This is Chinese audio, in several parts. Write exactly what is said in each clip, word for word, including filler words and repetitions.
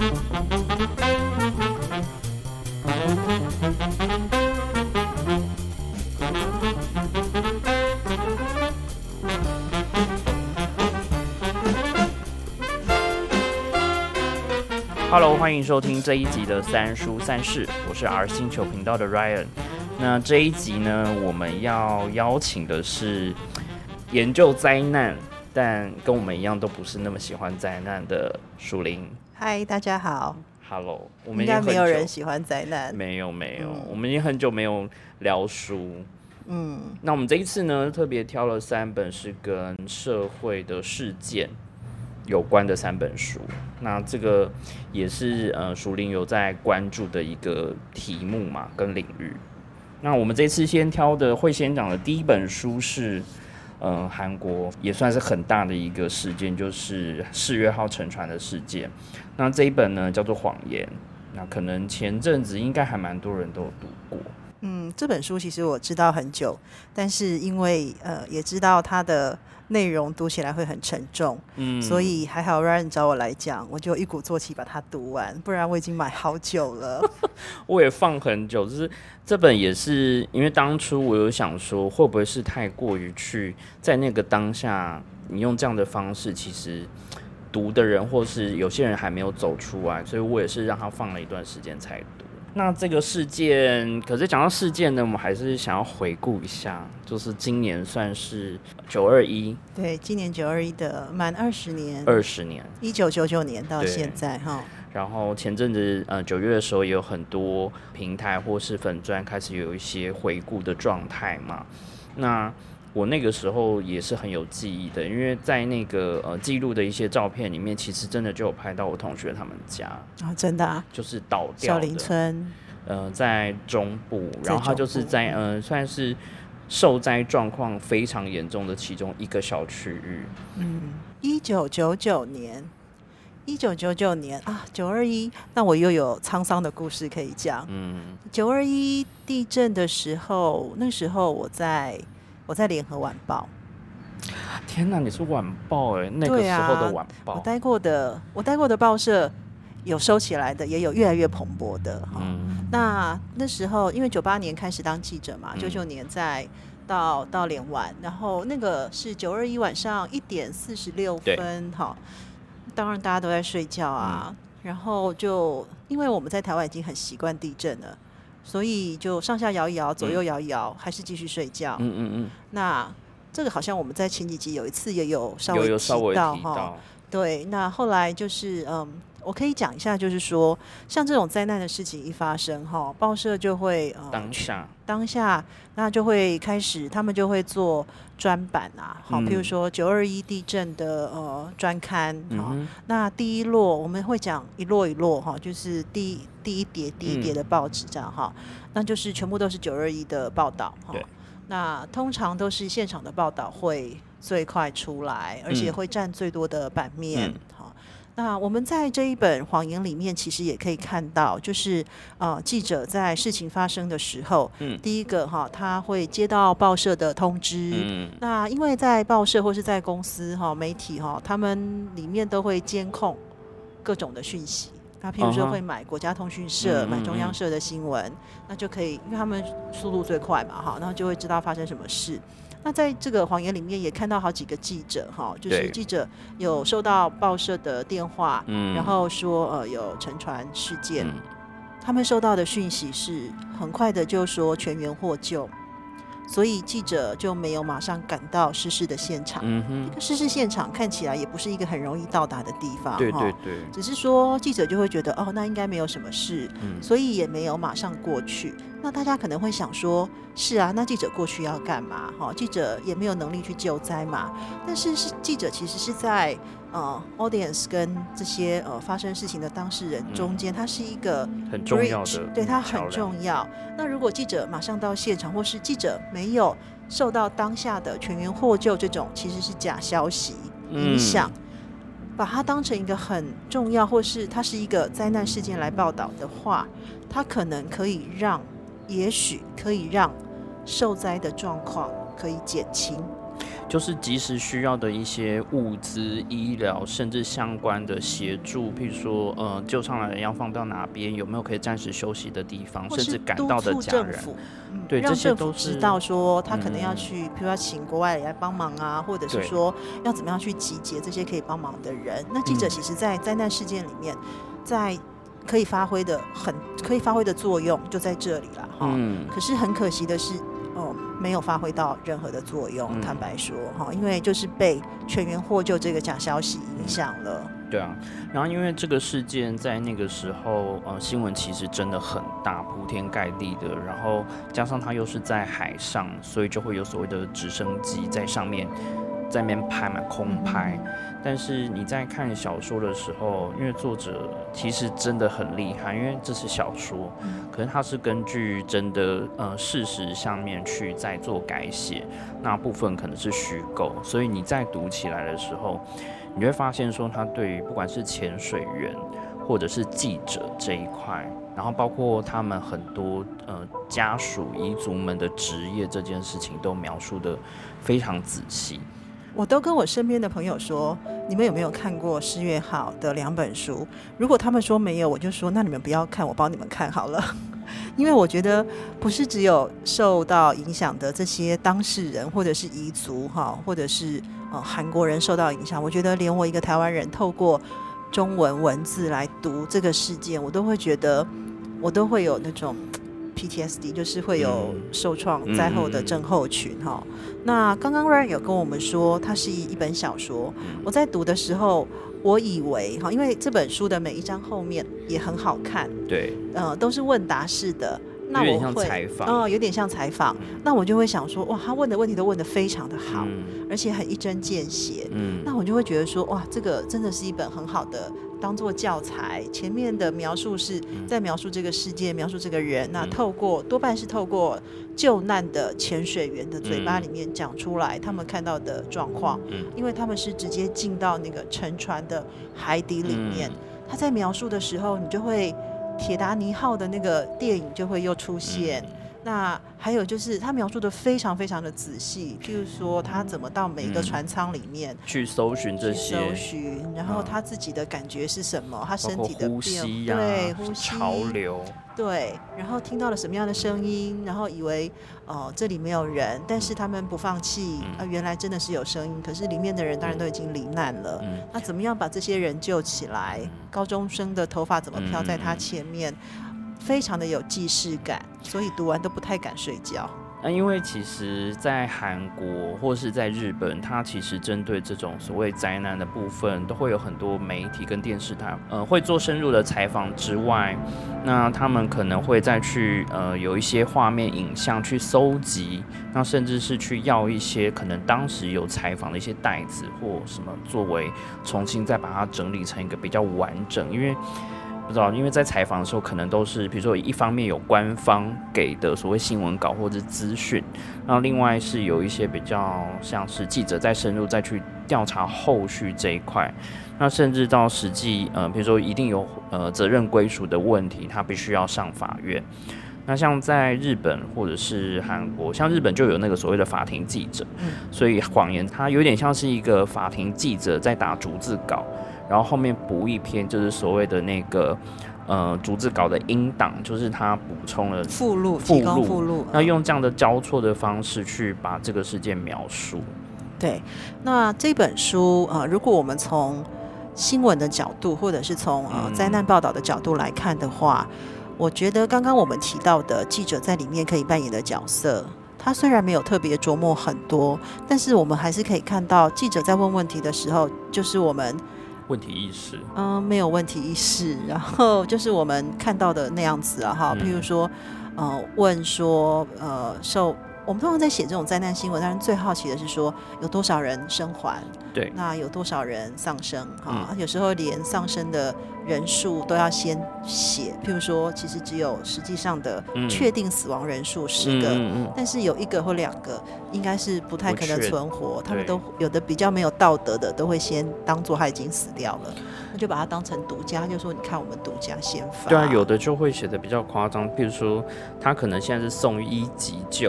Hello， 欢迎收听这一集的三书三世，我是 R 星球频道的 Ryan。那这一集呢，我们要邀请的是研究灾难，但跟我们一样都不是那么喜欢灾难的蜀林。 嗨，大家好。 Hello， 我们已经应该没有人喜欢灾难。 没有没有、嗯，我们已经很久没有聊书。 嗯， 那我们这一次呢，特别挑了三本是跟社会的事件有关的三本书，那这个也是呃蜀林有在关注的一个题目嘛，跟领域。那我们这次先挑的会先讲的第一本书是，呃，韩国也算是很大的一个事件，就是世越号沉船的事件。那这一本呢叫做《谎言》，那可能前阵子应该还蛮多人都有读过。 嗯，这本书其实我知道很久，但是因为呃也知道它的内容读起来会很沉重，嗯，所以还好让人找我来讲，我就一鼓作气把它读完，不然我已经买好久了。 我也放很久，就是这本也是因为当初我有想说，会不会是太过于去在那个当下，你用这样的方式，其实读的人或是有些人还没有走出来，所以我也是让他放了一段时间才读。那这个事件，可是讲到事件呢，我们还是想要回顾一下，就是今年算是九二一， 对，今年九二一的满二十年， 二十年， 一九九九年到现在哈。 然后前阵子呃九月的时候，也有很多平台或是粉专开始有一些回顾的状态嘛。那我那个时候也是很有记忆的，因为在那个呃记录的一些照片里面，其实真的就有拍到我同学他们家啊，真的啊， 就是倒掉的小林村， 呃，在中部，然后它就是在呃算是受灾状况非常严重的其中一个小区域。 嗯，一九九九年，一九九九年啊，九二一，那我又有沧桑的故事可以讲。嗯，九二一地震的时候，那时候我在。我在联合晚报。 天哪，你是晚报哎、欸，那个时候的晚报。 啊、我待过的，我待过的报社有收起来的，也有越来越蓬勃的。嗯，那那时候因为九八年开始当记者嘛，九九、嗯、年在到到联晚，然后那个是九二一晚上一点四十六分，哈，当然大家都在睡觉啊、嗯，然后就因为我们在台湾已经很习惯地震了。所以就上下摇一摇，左右摇一摇、嗯，还是继续睡觉。嗯嗯嗯。那这个好像我们在前几集有一次也有稍微提到，有有稍微提到。对，那后来就是嗯，我可以讲一下，就是说，像这种灾难的事情一发生哈，报社就会、呃、当下当下，那就会开始，他们就会做专版啊，好、嗯，譬如说九二一地震的呃专刊哈、嗯，那第一摞我们会讲一摞一摞哈，就是第一第一叠第一叠的报纸这样哈、嗯，那就是全部都是九二一的报道哈。那通常都是现场的报道会最快出来，而且会占最多的版面。嗯嗯，那我们在这一本《谎言》里面，其实也可以看到，就是呃，记者在事情发生的时候，嗯、第一个哈，他会接到报社的通知。嗯、那因为在报社或是在公司哈、媒体哈，他们里面都会监控各种的讯息。那譬如说会买国家通讯社、uh-huh. 买中央社的新闻、嗯嗯，那就可以，因为他们速度最快嘛，哈，然后就会知道发生什么事。那在这个谎言里面也看到好几个记者哈，就是记者有收到报社的电话，然后说呃有沉船事件、嗯，他们收到的讯息是很快的就说全员获救。所以记者就没有马上赶到失事的现场。嗯哼，这个失事现场看起来也不是一个很容易到达的地方。对对对，只是说记者就会觉得哦，那应该没有什么事、嗯，所以也没有马上过去。那大家可能会想说，是啊，那记者过去要干嘛？哈，记者也没有能力去救灾嘛。但是是记者其实是在呃 audience 跟这些呃发生事情的当事人中间，它是一个 bridge, 很重要的，对，它很重要。那如果记者马上到现场，或是记者没有受到当下的全员获救这种其实是假消息影响、嗯，把它当成一个很重要，或是它是一个灾难事件来报道的话，它可能可以让，也许可以让受灾的状况可以减轻。 就是即时需要的一些物资、医疗，甚至相关的协助，譬如说，呃，救上来的人要放到哪边，有没有可以暂时休息的地方，甚至赶到的家人， 嗯、 对， 让这些都是知道说他可能要去，嗯、比如要请国外来帮忙啊，或者是说要怎么样去集结这些可以帮忙的人。那记者其实，在灾难事件里面，在可以发挥的很可以发挥的作用就在这里了哈。嗯、可是很可惜的是。哦，没有发挥到任何的作用，嗯、坦白说哈，因为就是被全员获救这个假消息影响了。 对啊，然后因为这个事件在那个时候，呃，新闻其实真的很大，铺天盖地的，然后加上它又是在海上，所以就会有所谓的直升机在上面。在那边拍嘛，空拍。嗯、但是你在看小说的时候，因为作者其实真的很厉害，因为这是小说，嗯、可是他是根据真的呃事实上面去再做改写，那部分可能是虚构，所以你在读起来的时候，你会发现说他对于不管是潜水员或者是记者这一块，然后包括他们很多呃家属遗族们的职业这件事情，都描述得非常仔细。 我都跟我身边的朋友说，你们有没有看过施岳好的两本书？如果他们说没有，我就说那你们不要看，我帮你们看好了。因为我觉得不是只有受到影响的这些当事人或者是彝族哈，或者是呃韩国人受到影响，我觉得连我一个台湾人透过中文文字来读这个事件，我都会觉得我都会有那种P T S D， 就是会有受创灾后的症候群哈。嗯、那刚刚 Ryan 有跟我们说，它是一本小说。嗯、我在读的时候，我以为哈，因为这本书的每一章后面也很好看， 对， 呃，都是问答式的。那我会有点像采访， 哦，有点像采访。嗯、那我就会想说，哇，他问的问题都问得非常的好，嗯、而且很一针见血。嗯，那我就会觉得说，哇，这个真的是一本很好的。当作教材，前面的描述是在描述这个世界，描述这个人，那透过多半是透过救难的潜水员的嘴巴里面讲出来他们看到的状况，因为他们是直接进到那个沉船的海底里面，他在描述的时候，你就会铁达尼号的那个电影就会又出现。那还有就是他描述的非常非常的仔细，譬如说他怎么到每一个船舱里面、嗯、 去搜寻这些， 搜寻，然后他自己的感觉是什么，嗯、他身体的呼吸、啊、 对呼吸潮流， 对，然后听到了什么样的声音，然后以为哦、呃、这里没有人，但是他们不放弃，嗯、啊原来真的是有声音，可是里面的人当然都已经罹难了，嗯、那怎么样把这些人救起来？嗯、高中生的头发怎么飘在他前面？嗯非常的有既视感，所以读完都不太敢睡觉。 那因为其实在韩国或是在日本，它其实针对这种所谓灾难的部分，都会有很多媒体跟电视台呃会做深入的采访之外，那他们可能会再去呃有一些画面影像去搜集，那甚至是去要一些可能当时有采访的一些带子或什么，作为重新再把它整理成一个比较完整，因为不知道，因为在采访的时候，可能都是比如说一方面有官方给的所谓新闻稿或者资讯，然后另外是有一些比较像是记者再深入再去调查后续这一块，那甚至到实际呃，比如说一定有呃责任归属的问题，他必须要上法院。那像在日本或者是韩国，像日本就有那个所谓的法庭记者，嗯、所以谎言它有点像是一个法庭记者在打逐字稿。然后后面补一篇，就是所谓的那个呃逐字稿的音档，就是他补充了附录， 附录， 附录。 那用这样的交错的方式去把这个事件描述。 对，那这本书呃，如果我们从新闻的角度，或者是从呃灾难报道的角度来看的话，嗯、我觉得刚刚我们提到的记者在里面可以扮演的角色。他虽然没有特别琢磨很多，但是我们还是可以看到记者在问问题的时候，就是我们问题意识， 嗯，没有问题意识，然后就是我们看到的那样子啊，哈，譬如说，呃，问说，呃，受我们通常在写这种灾难新闻，当然最好奇的是说有多少人生还， 对， 那有多少人丧生，哈、嗯，有时候连丧生的人数都要先写，譬如说，其实只有实际上的确定死亡人数十个，嗯嗯嗯、但是有一个或两个应该是不太可能存活，他们都有的比较没有道德的，都会先当作他已经死掉了，那就把他当成毒家，就说你看我们毒家先发。 对啊，有的就会写的比较夸张，譬如说他可能现在是送医急救，他会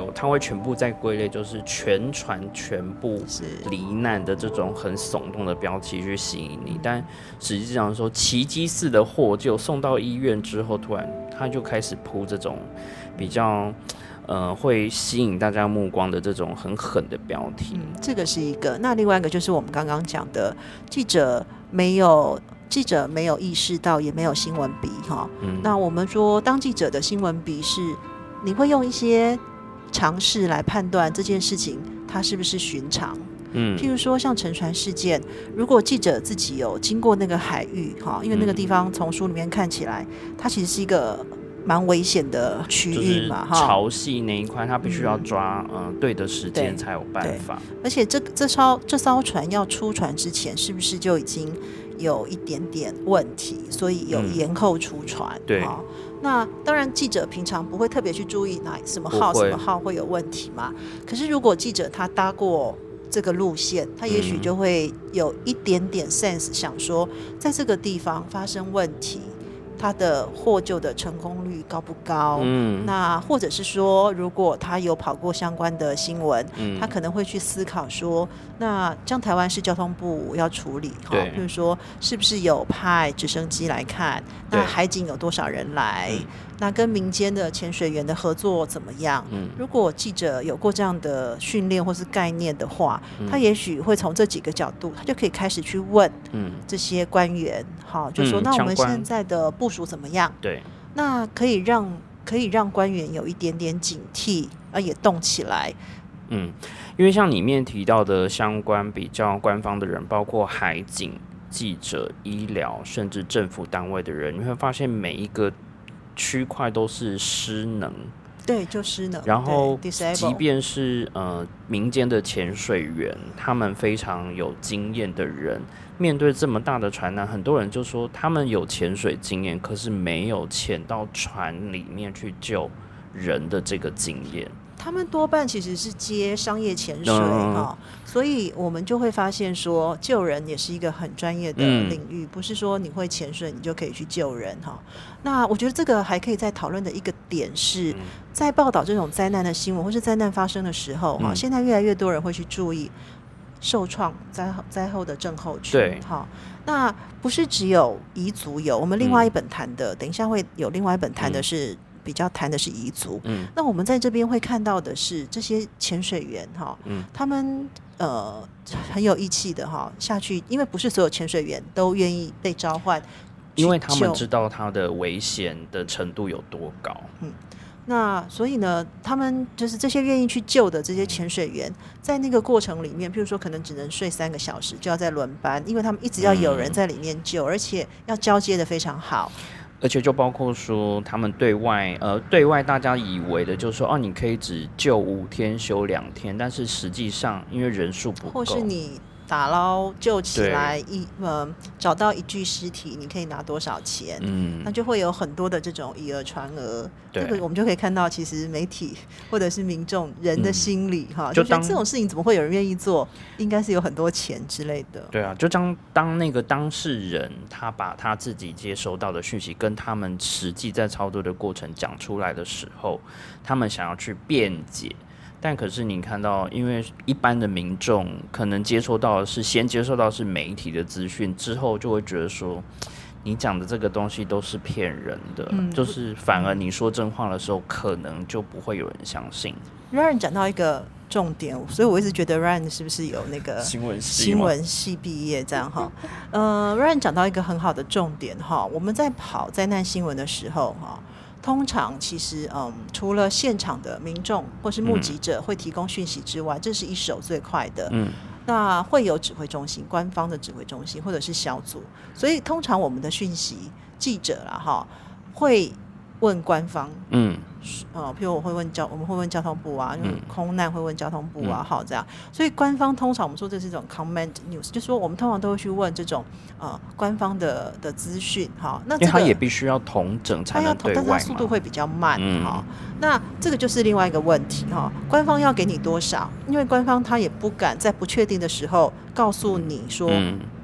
全部在归类，就是全船全部罹难的这种很耸动的标题去吸引你，但实际上说奇迹似的获救，送到医院之后，突然他就开始铺这种比较。呃，会吸引大家目光的这种很狠的标题、 嗯，这个是一个。那另外一个就是我们刚刚讲的，记者没有记者没有意识到，也没有新闻笔哈、嗯。那我们说，当记者的新闻笔是，你会用一些常识来判断这件事情它是不是寻常。嗯，譬如说像沉船事件，如果记者自己有经过那个海域哈，因为那个地方从书里面看起来，它其实是一个。蛮危险的区域嘛， 就是潮汐那一块，他必须要抓、嗯呃、对的时间才有办法。 而且这这艘这艘船要出船之前，是不是就已经有一点点问题，所以有延后出船？嗯、 对、 哦。那当然，记者平常不会特别去注意哪什么号什么号会有问题嘛。可是如果记者他搭过这个路线，他也许就会有一点点 sense， 想说在这个地方发生问题。他的获救的成功率高不高？嗯，那或者是说，如果他有跑过相关的新闻，嗯，他可能会去思考说，那像台湾市交通部要处理，哈，比如说是不是有派直升机来看？那海警有多少人来？嗯、那跟民间的潜水员的合作怎么样？嗯，如果记者有过这样的训练或是概念的话，嗯、他也许会从这几个角度，他就可以开始去问，嗯，这些官员，好，就说、嗯、那我们现在的部署怎么样？ 对， 那可以让可以让官员有一点点警惕，而也动起来。 嗯，因为像里面提到的相关比较官方的人，包括海警、记者、医疗，甚至政府单位的人，你会发现每一个区块都是失能。 对，就失能。 然后，即便是呃民间的潜水员，他们非常有经验的人，面对这么大的船难，很多人就说他们有潜水经验，可是没有潜到船里面去救人的这个经验。 他们多半其实是接商业潜水、嗯哦、所以我们就会发现说，救人也是一个很专业的领域、嗯，不是说你会潜水你就可以去救人、哦、那我觉得这个还可以再讨论的一个点是、嗯、在报道这种灾难的新闻或是灾难发生的时候、嗯、现在越来越多人会去注意受创灾灾后的症候群。 对、 哦，那不是只有彝族有，我们另外一本谈的、嗯、等一下会有另外一本谈的是、嗯比较谈的是彝族、嗯，那我们在这边会看到的是这些潜水员哈、嗯，他们呃很有义气的哈下去，因为不是所有潜水员都愿意被召唤， 因为他们知道他的危险的程度有多高。 嗯，那所以呢，他们就是这些愿意去救的这些潜水员，在那个过程里面，譬如说可能只能睡三个小时，就要在轮班，因为他们一直要有人在里面救，嗯、而且要交接的非常好。 而且就包括说，他们对外呃对外大家以为的就是说，哦，你可以只救五天休两天，但是实际上因为人数不够， 或是你打捞救起来一呃找到一具尸体，你可以拿多少钱？嗯，那就会有很多的这种以讹传讹。这个我们就可以看到，其实媒体或者是民众人的心理哈、嗯，就觉得这种事情怎么会有人愿意做？应该是有很多钱之类的。 对啊，就当当那个当事人他把他自己接收到的讯息跟他们实际在操作的过程讲出来的时候，他们想要去辩解。但可是你看到，因为一般的民众可能接收到的是先接收到的是媒体的资讯，之后就会觉得说，你讲的这个东西都是骗人的、嗯，就是反而你说真话的时候，可能就不会有人相信。 Ryan 讲到一个重点，所以我一直觉得 Ryan 是不是有那个新闻系新闻系毕业这样哈？呃 ，Ryan 讲到一个很好的重点哈，我们在跑灾难新闻的时候哈。通常其实嗯，除了现场的民众或是目击者会提供讯息之外、嗯、这是一手最快的、嗯、那会有指挥中心，官方的指挥中心或者是小组，所以通常我们的讯息记者啦哈会问官方，嗯，呃，譬如我会问交，我们会问交通部啊，嗯、空难会问交通部啊，好、嗯、这样，所以官方通常我们说这是一种 command news， 就是说我们通常都会去问这种呃官方的的资讯，哈，那、这个、 因为它也必须要统整才能对外嘛， 但是它速度会比较慢，哈、嗯，那这个就是另外一个问题哈，官方要给你多少？因为官方他也不敢在不确定的时候告诉你说。嗯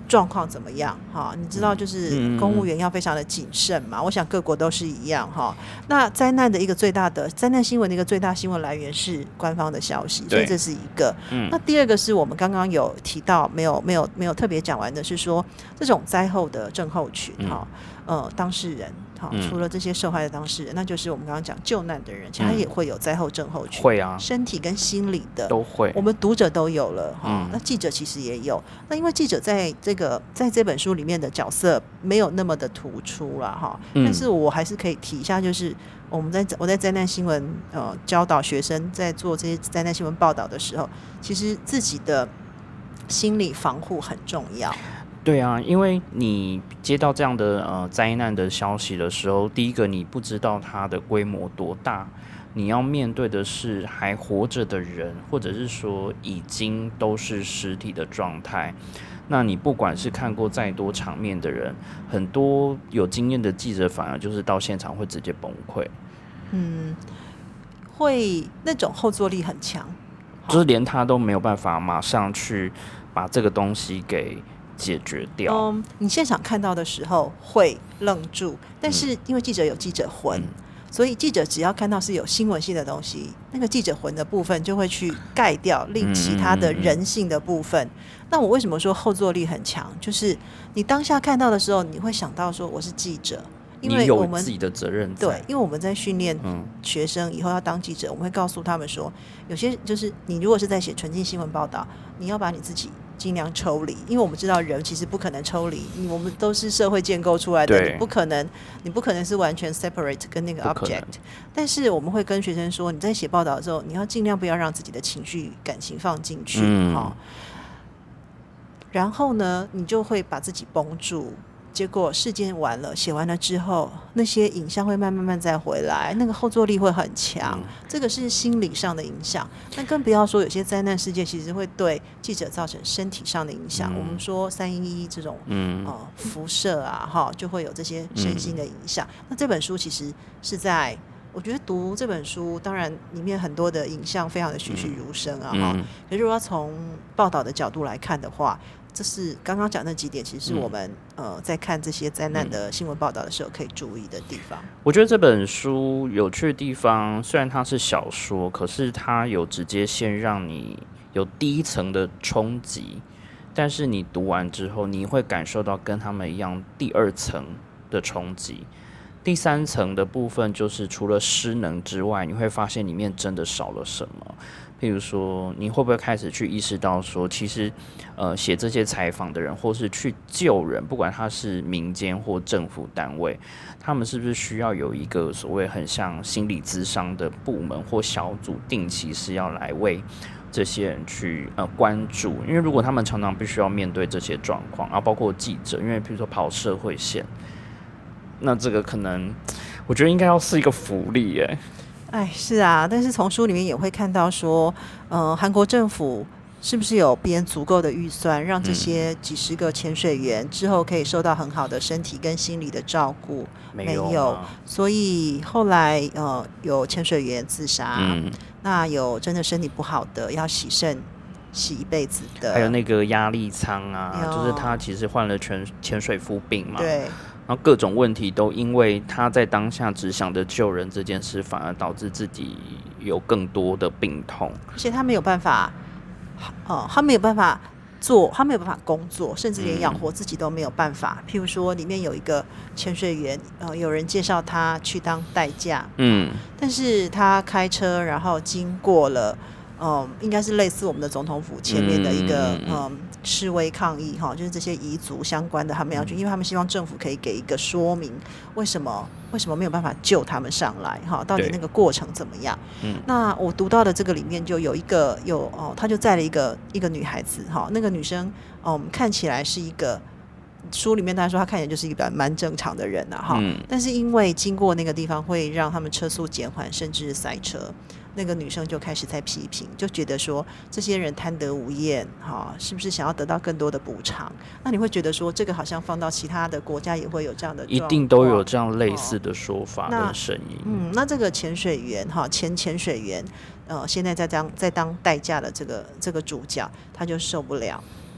状况怎么样哈？你知道，就是公务员要非常的谨慎嘛。我想各国都是一样哈。那灾难的一个最大的灾难新闻的一个最大新闻来源是官方的消息，所以这是一个。嗯、那第二个是我们刚刚有提到，没有没有没有特别讲完的是说，这种灾后的症候群哈、嗯，呃，当事人。嗯、除了这些受害的当事人，那就是我们刚刚讲救难的人，其实他也会有灾后症候群， 会啊， 身体跟心理的都会。 我们读者都有了哈、嗯，那记者其实也有。那因为记者在这个在这本书里面的角色没有那么的突出了哈、嗯，但是我还是可以提一下，就是我们在我在灾难新闻呃教导学生在做这些灾难新闻报道的时候，其实自己的心理防护很重要。 对啊，因为你接到这样的呃灾难的消息的时候，第一个你不知道它的规模多大，你要面对的是还活着的人，或者是说已经都是尸体的状态。那你不管是看过再多场面的人，很多有经验的记者反而就是到现场会直接崩溃。嗯， 会那种后坐力很强， 就是连他都没有办法马上去把这个东西给解决掉。 嗯，你现场看到的时候会愣住，但是因为记者有记者魂、嗯、所以记者只要看到是有新闻性的东西，那个记者魂的部分就会去盖掉另其他的人性的部分、嗯嗯嗯、那我为什么说后坐力很强，就是你当下看到的时候你会想到说我是记者，因为我们你有自己的责任在。 对，因为我们在训练学生以后要当记者、嗯、我们会告诉他们说，有些就是你如果是在写纯净新闻报道，你要把你自己尽量抽离，因为我们知道人其实不可能抽离，我们都是社会建构出来的，你不可能你不可能是完全 separate 跟那个 object。 但是我们会跟学生说，你在写报道的时候，你要尽量不要让自己的情绪感情放进去、嗯哦、然后呢你就会把自己绷住，结果事件完了写完了之后，那些影像会慢慢慢再回来，那个后坐力会很强、嗯、这个是心理上的影响。那更不要说有些灾难事件其实会对记者造成身体上的影响、嗯、我们说三一一这种、嗯呃、辐射啊哈，就会有这些身心的影响、嗯、那这本书其实是在我觉得读这本书，当然里面很多的影像非常的栩栩如生啊、嗯、可是如果要从报道的角度来看的话，这是刚刚讲那几点，其实是我们、嗯呃、在看这些灾难的新闻报道的时候可以注意的地方。 我觉得这本书有趣的地方，虽然它是小说，可是它有直接先让你有第一层的冲击，但是你读完之后，你会感受到跟他们一样第二层的冲击。第三层的部分就是除了失能之外，你会发现里面真的少了什么。譬如说，你会不会开始去意识到说，其实，呃，写这些采访的人，或是去救人，不管他是民间或政府单位，他们是不是需要有一个所谓很像心理咨商的部门或小组，定期是要来为这些人去呃关注？因为如果他们常常必须要面对这些状况，然后包括记者，因为譬如说跑社会线，那这个可能，我觉得应该要是一个福利耶。 哎，是啊，但是从书里面也会看到说，呃，韩国政府是不是有编足够的预算，让这些几十个潜水员之后可以受到很好的身体跟心理的照顾？ 没有， 没有，所以后来呃有潜水员自杀、嗯，那有真的身体不好的要洗肾洗一辈子的， 还有那个压力舱啊，就是他其实患了全潜水夫病嘛， 对。 然后各种问题都因为他在当下只想着救人这件事，反而导致自己有更多的病痛， 而且他没有办法，呃，他没有办法做，他没有办法工作，甚至连养活自己都没有办法。嗯、譬如说，里面有一个潜水员，呃，有人介绍他去当代驾，嗯，但是他开车，然后经过了。嗯，应该是类似我们的总统府前面的一个 嗯, 嗯示威抗议哈，就是这些彝族相关的他们要去，因为他们希望政府可以给一个说明，为什么为什么没有办法救他们上来哈，到底那个过程怎么样？嗯，那我读到的这个里面就有一个有哦，他就载了一个一个女孩子哈，那个女生嗯看起来是一个。书里面他说他看起来就是一个蛮正常的人啊哈、嗯，但是因为经过那个地方会让他们车速减缓，甚至塞车，那个女生就开始在批评，就觉得说这些人贪得无厌哈，是不是想要得到更多的补偿？那你会觉得说这个好像放到其他的国家也会有这样的状况， 一定都有这样类似的说法跟声音。 嗯，那这个潜水员哈，前潜水员呃，现在在当在当代驾的这个这个主角，他就受不了。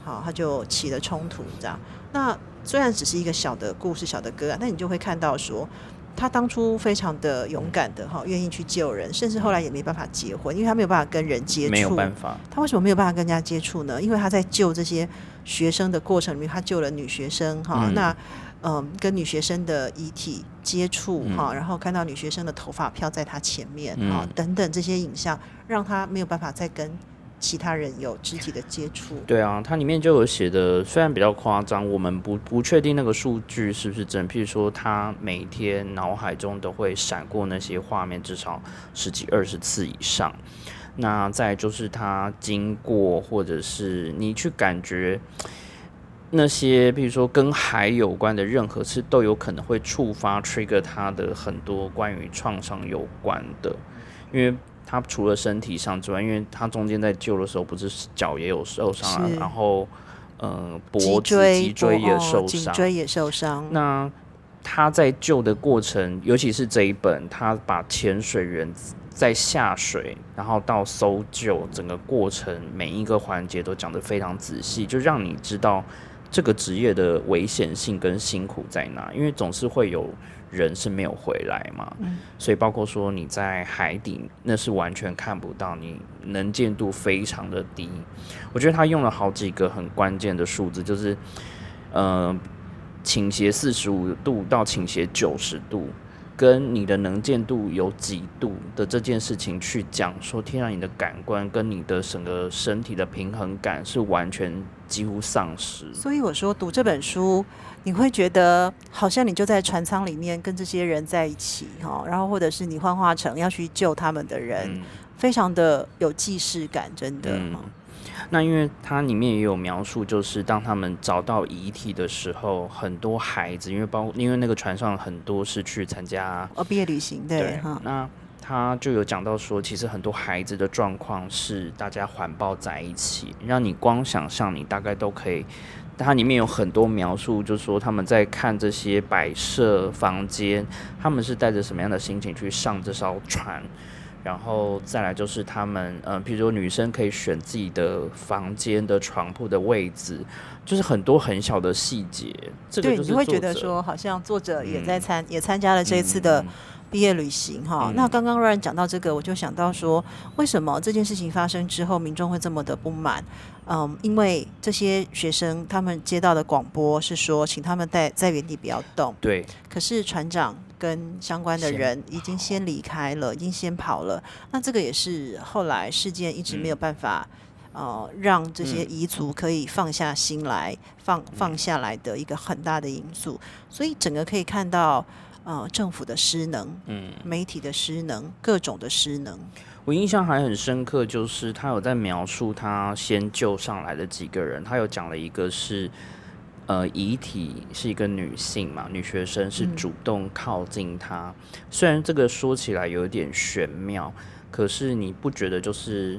好，他就起了冲突这样。那虽然只是一个小的故事小的个案，但你就会看到说他当初非常的勇敢的哈，愿意去救人，甚至后来也没办法结婚，因为他没有办法跟人接触。 没有办法。 他为什么没有办法跟人家接触呢？因为他在救这些学生的过程里面，他救了女学生哈、嗯，那嗯，跟女学生的遗体接触哈、嗯，然后看到女学生的头发飘在他前面哈、嗯，等等这些影像，让他没有办法再跟其他人有肢体的接触。 对啊，它里面就有写的，虽然比较夸张，我们不不确定那个数据是不是真。譬如说，他每天脑海中都会闪过那些画面，至少十几二十次以上。那再就是他经过，或者是你去感觉那些，譬如说跟海有关的任何事，都有可能会触发 trigger 他的很多关于创伤有关的，因为。他除了身体上之外，因为他中间在救的时候，不是脚也有受伤、啊，然后呃脖子、脊椎也受伤， 颈椎也受伤。 那他在救的过程，尤其是这一本，他把潜水员在下水，然后到搜救整个过程每一个环节都讲得非常仔细，就让你知道这个职业的危险性跟辛苦在哪，因为总是会有。人是没有回来嘛、嗯，所以包括说你在海底那是完全看不到，你能见度非常的低。我觉得他用了好几个很关键的数字，就是呃倾斜四十五度到倾斜九十度，跟你的能见度有几度的这件事情去讲说，天啊，你的感官跟你的整个身体的平衡感是完全几乎丧失。 所以我说读这本书。你会觉得好像你就在船舱里面跟这些人在一起，然后或者是你幻化成要去救他们的人、嗯、非常的有既视感，真的、嗯、 那因为它里面也有描述，就是当他们找到遗体的时候，很多孩子因为包因为那个船上很多是去参加哦毕业旅行， 对, 对、嗯、那他就有讲到说，其实很多孩子的状况是大家环抱在一起，让你光想象你大概都可以。它里面有很多描述，就是说他们在看这些摆设房间，他们是带着什么样的心情去上这艘船，然后再来就是他们，呃，比如说女生可以选自己的房间的床铺的位置，就是很多很小的细节。这个就是对，你会觉得说，好像作者也在参、嗯、也参加了这一次的。毕业旅行哈、嗯，那刚刚Ryan讲到这个，我就想到说，为什么这件事情发生之后，民众会这么的不满？嗯，因为这些学生他们接到的广播是说，请他们在在原地不要动。 对。 可是船长跟相关的人已经先离开了，已经先跑了。那这个也是后来事件一直没有办法、嗯、呃让这些彝族可以放下心来、嗯、放放下来的一个很大的因素。所以整个可以看到。呃，政府的失能，嗯，媒体的失能，各种的失能。 我印象还很深刻，就是他有在描述他先救上来的几个人，他有讲了一个是，呃，遗体是一个女性嘛，女学生是主动靠近他、嗯。虽然这个说起来有点玄妙，可是你不觉得就是？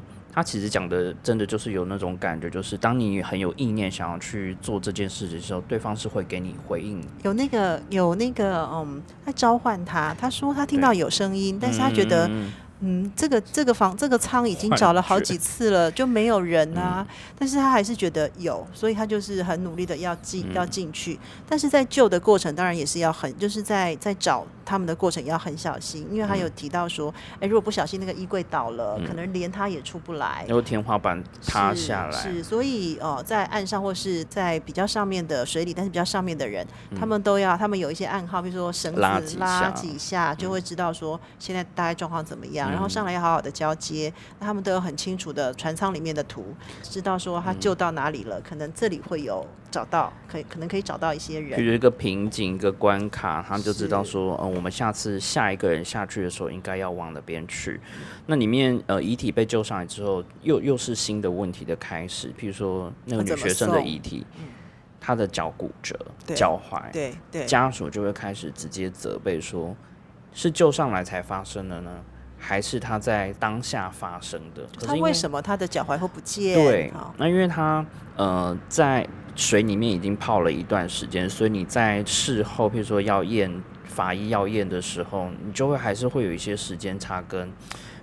他其实讲的真的就是有那种感觉，就是当你很有意念想要去做这件事的时候，对方是会给你回应， 有那个有那个嗯，他召唤他，他说他听到有声音，但是他觉得嗯。嗯，这个这个房这个舱已经找了好几次了，就没有人啊、嗯。但是他还是觉得有，所以他就是很努力的要进、嗯、要进去。但是在救的过程，当然也是要很，就是在在找他们的过程也要很小心，因为他有提到说，哎、嗯，如果不小心那个衣柜倒了、嗯，可能连他也出不来， 然后天花板塌下来。 是，是所以哦、呃，在岸上或是在比较上面的水里，但是比较上面的人，嗯、他们都要，他们有一些暗号，比如说绳子拉几下，拉几下就会知道说现在大概状况怎么样。然后上来要好好的交接，那他们都有很清楚的船舱里面的图，知道说他救到哪里了，嗯、可能这里会有找到，可以可能可以找到一些人。 比如一个瓶颈、一个关卡，他们就知道说，呃，我们下次下一个人下去的时候，应该要往哪边去。那里面呃，遗体被救上来之后，又又是新的问题的开始。譬如说那个女学生的遗体，她的脚骨折、脚踝， 对对， 家属就会开始直接责备说，是救上来才发生的呢？还是他在当下发生的？ 他为什么他的脚踝会不见？ 对，那因为他呃在水里面已经泡了一段时间，所以你在事后，譬如说要验法医要验的时候，你就会还是会有一些时间差跟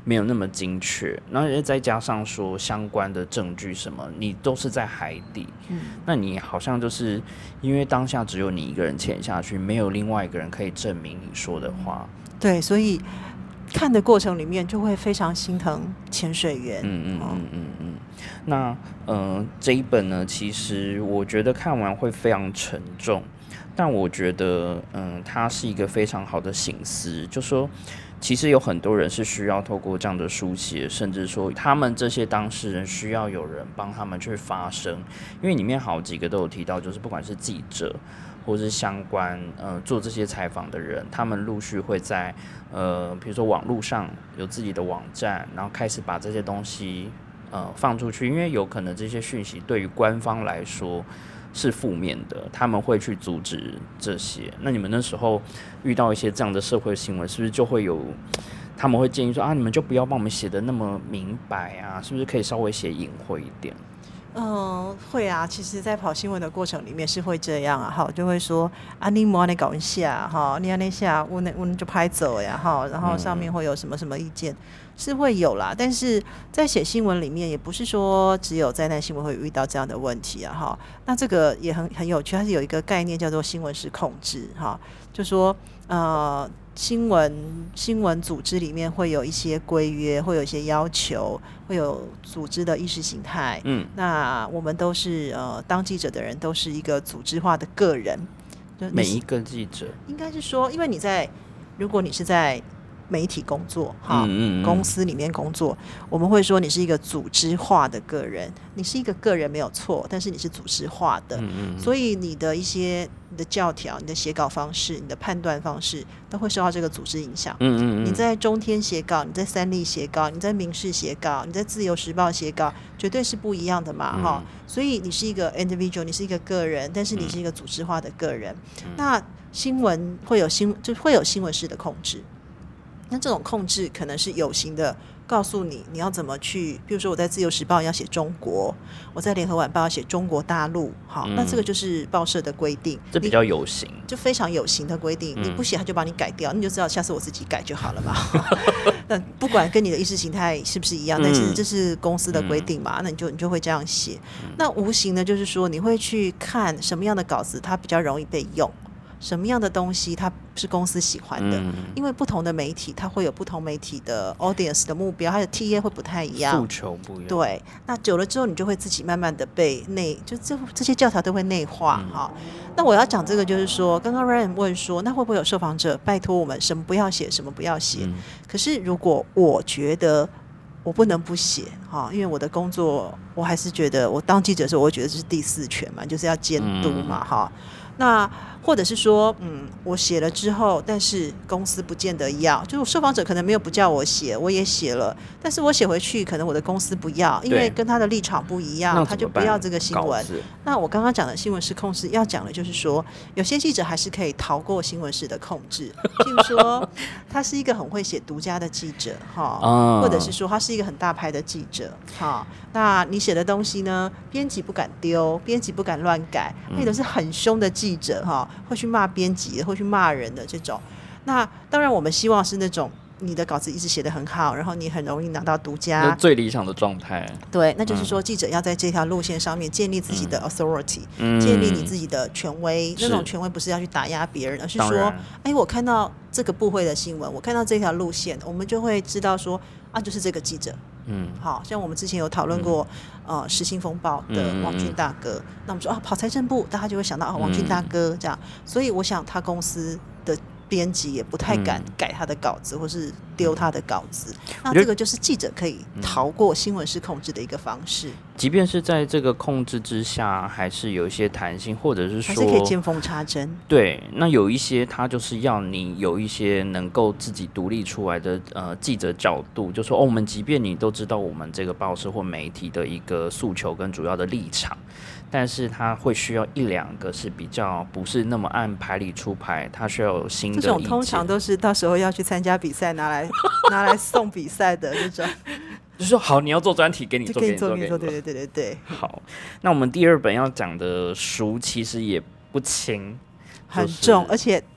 没有那么精确，然后再加上说相关的证据什么，你都是在海底，嗯，那你好像就是因为当下只有你一个人潜下去，没有另外一个人可以证明你说的话， 对，所以看的过程里面就会非常心疼潜水员。 嗯嗯嗯嗯嗯。那呃这一本呢，其实我觉得看完会非常沉重，但我觉得嗯它是一个非常好的省思，就说其实有很多人是需要透过这样的书写，甚至说他们这些当事人需要有人帮他们去发声，因为里面好几个都有提到，就是不管是记者或是相关呃做这些采访的人，他们陆续会在呃比如说网络上有自己的网站，然后开始把这些东西呃放出去，因为有可能这些讯息对于官方来说是负面的，他们会去阻止这些。那你们那时候遇到一些这样的社会新闻，是不是就会有他们会建议说啊，你们就不要帮我们写的那么明白啊，是不是可以稍微写隐晦一点？ 嗯，会啊，其实在跑新闻的过程里面是会这样啊，哈，就会说啊，你莫你搞一下哈，你那下我那我就拍走呀哈，然后上面会有什么什么意见，是会有啦。但是在写新闻里面，也不是说只有灾难新闻会遇到这样的问题啊哈。那这个也很很有趣，它是有一个概念叫做新闻式控制哈，就说呃。新闻新闻组织里面会有一些规约，会有一些要求，会有组织的意识形态。嗯，那我们都是呃，当记者的人都是一个组织化的个人。 每一个记者应该是说，因为你在，如果你是在媒体工作哈、嗯嗯嗯，公司里面工作，我们会说你是一个组织化的个人，你是一个个人没有错，但是你是组织化的，嗯嗯，所以你的一些你的教条、你的写稿方式、你的判断方式都会受到这个组织影响。嗯嗯嗯，你在中天写稿，你在三立写稿，你在民视写稿，你在自由时报写稿，绝对是不一样的嘛，哈、嗯。所以你是一个 individual， 你是一个个人，但是你是一个组织化的个人。嗯、那新闻会有新就会有新闻式的控制。那这种控制可能是有形的，告诉你你要怎么去，比如说我在自由时报要写中国，我在联合晚报要写中国大陆，好、嗯，那这个就是报社的规定， 这比较有形， 就非常有形的规定、嗯、你不写他就把你改掉，你就知道下次我自己改就好了嘛那不管跟你的意识形态是不是一样、嗯、但是这是公司的规定嘛、嗯、那你就你就会这样写、嗯、那无形的就是说你会去看什么样的稿子它比较容易被用，什么样的东西它是公司喜欢的、嗯、因为不同的媒体它会有不同媒体的 audience 的目标，它的 T A 会不太一样， 诉求不一样， 对，那久了之后你就会自己慢慢的被内就 这, 这些教条都会内化、嗯、那我要讲这个就是说，刚刚 Ryan 问说那会不会有受访者拜托我们什么不要写什么不要写、嗯、可是如果我觉得我不能不写，因为我的工作我还是觉得我当记者的时候我会觉得这是第四权嘛，就是要监督嘛、嗯、那或者是说嗯，我写了之后但是公司不见得要，就受访者可能没有不叫我写，我也写了，但是我写回去可能我的公司不要，因为跟他的立场不一样，他就不要这个新闻。那我刚刚讲的新闻式控制要讲的就是说，有些记者还是可以逃过新闻式的控制，譬如说他是一个很会写独家的记者、嗯、或者是说他是一个很大牌的记者，那你写的东西呢编辑不敢丢，编辑不敢乱改，那都是很凶的记者会去骂编辑，会去骂人的这种。那当然我们希望是那种你的稿子一直写得很好，然后你很容易拿到独家， 最理想的状态。对， 那就是说记者要在这条路线上面建立自己的 authority、嗯、建立你自己的权威，那种权威不是要去打压别人，而是说哎，我看到这个部会的新闻，我看到这条路线，我们就会知道说啊，就是这个记者。嗯，好像我们之前有讨论过、嗯、呃，时兴风暴的王军大哥、嗯、那我们说啊，跑财政部大家就会想到啊，王军大哥这样、嗯、所以我想他公司的编辑也不太敢改他的稿子、嗯、或是丢他的稿子、嗯、那这个就是记者可以逃过新闻式控制的一个方式、嗯、 即便是在这个控制之下还是有一些弹性，或者是说还是可以见缝插针。 对，那有一些他就是要你有一些能够自己独立出来的呃记者角度，就说、哦、我们即便你都知道我们这个报社或媒体的一个诉求跟主要的立场，但是他会需要一两个是比较不是那么按牌理出牌，他需要有新的意见。 这种通常都是到时候要去参加比赛拿来拿来送比赛的这种就是说好，你要做专题给你做， 给你做，给你做，对对对对对。 好，那我们第二本要讲的书其实也不轻， 很重、就是、而且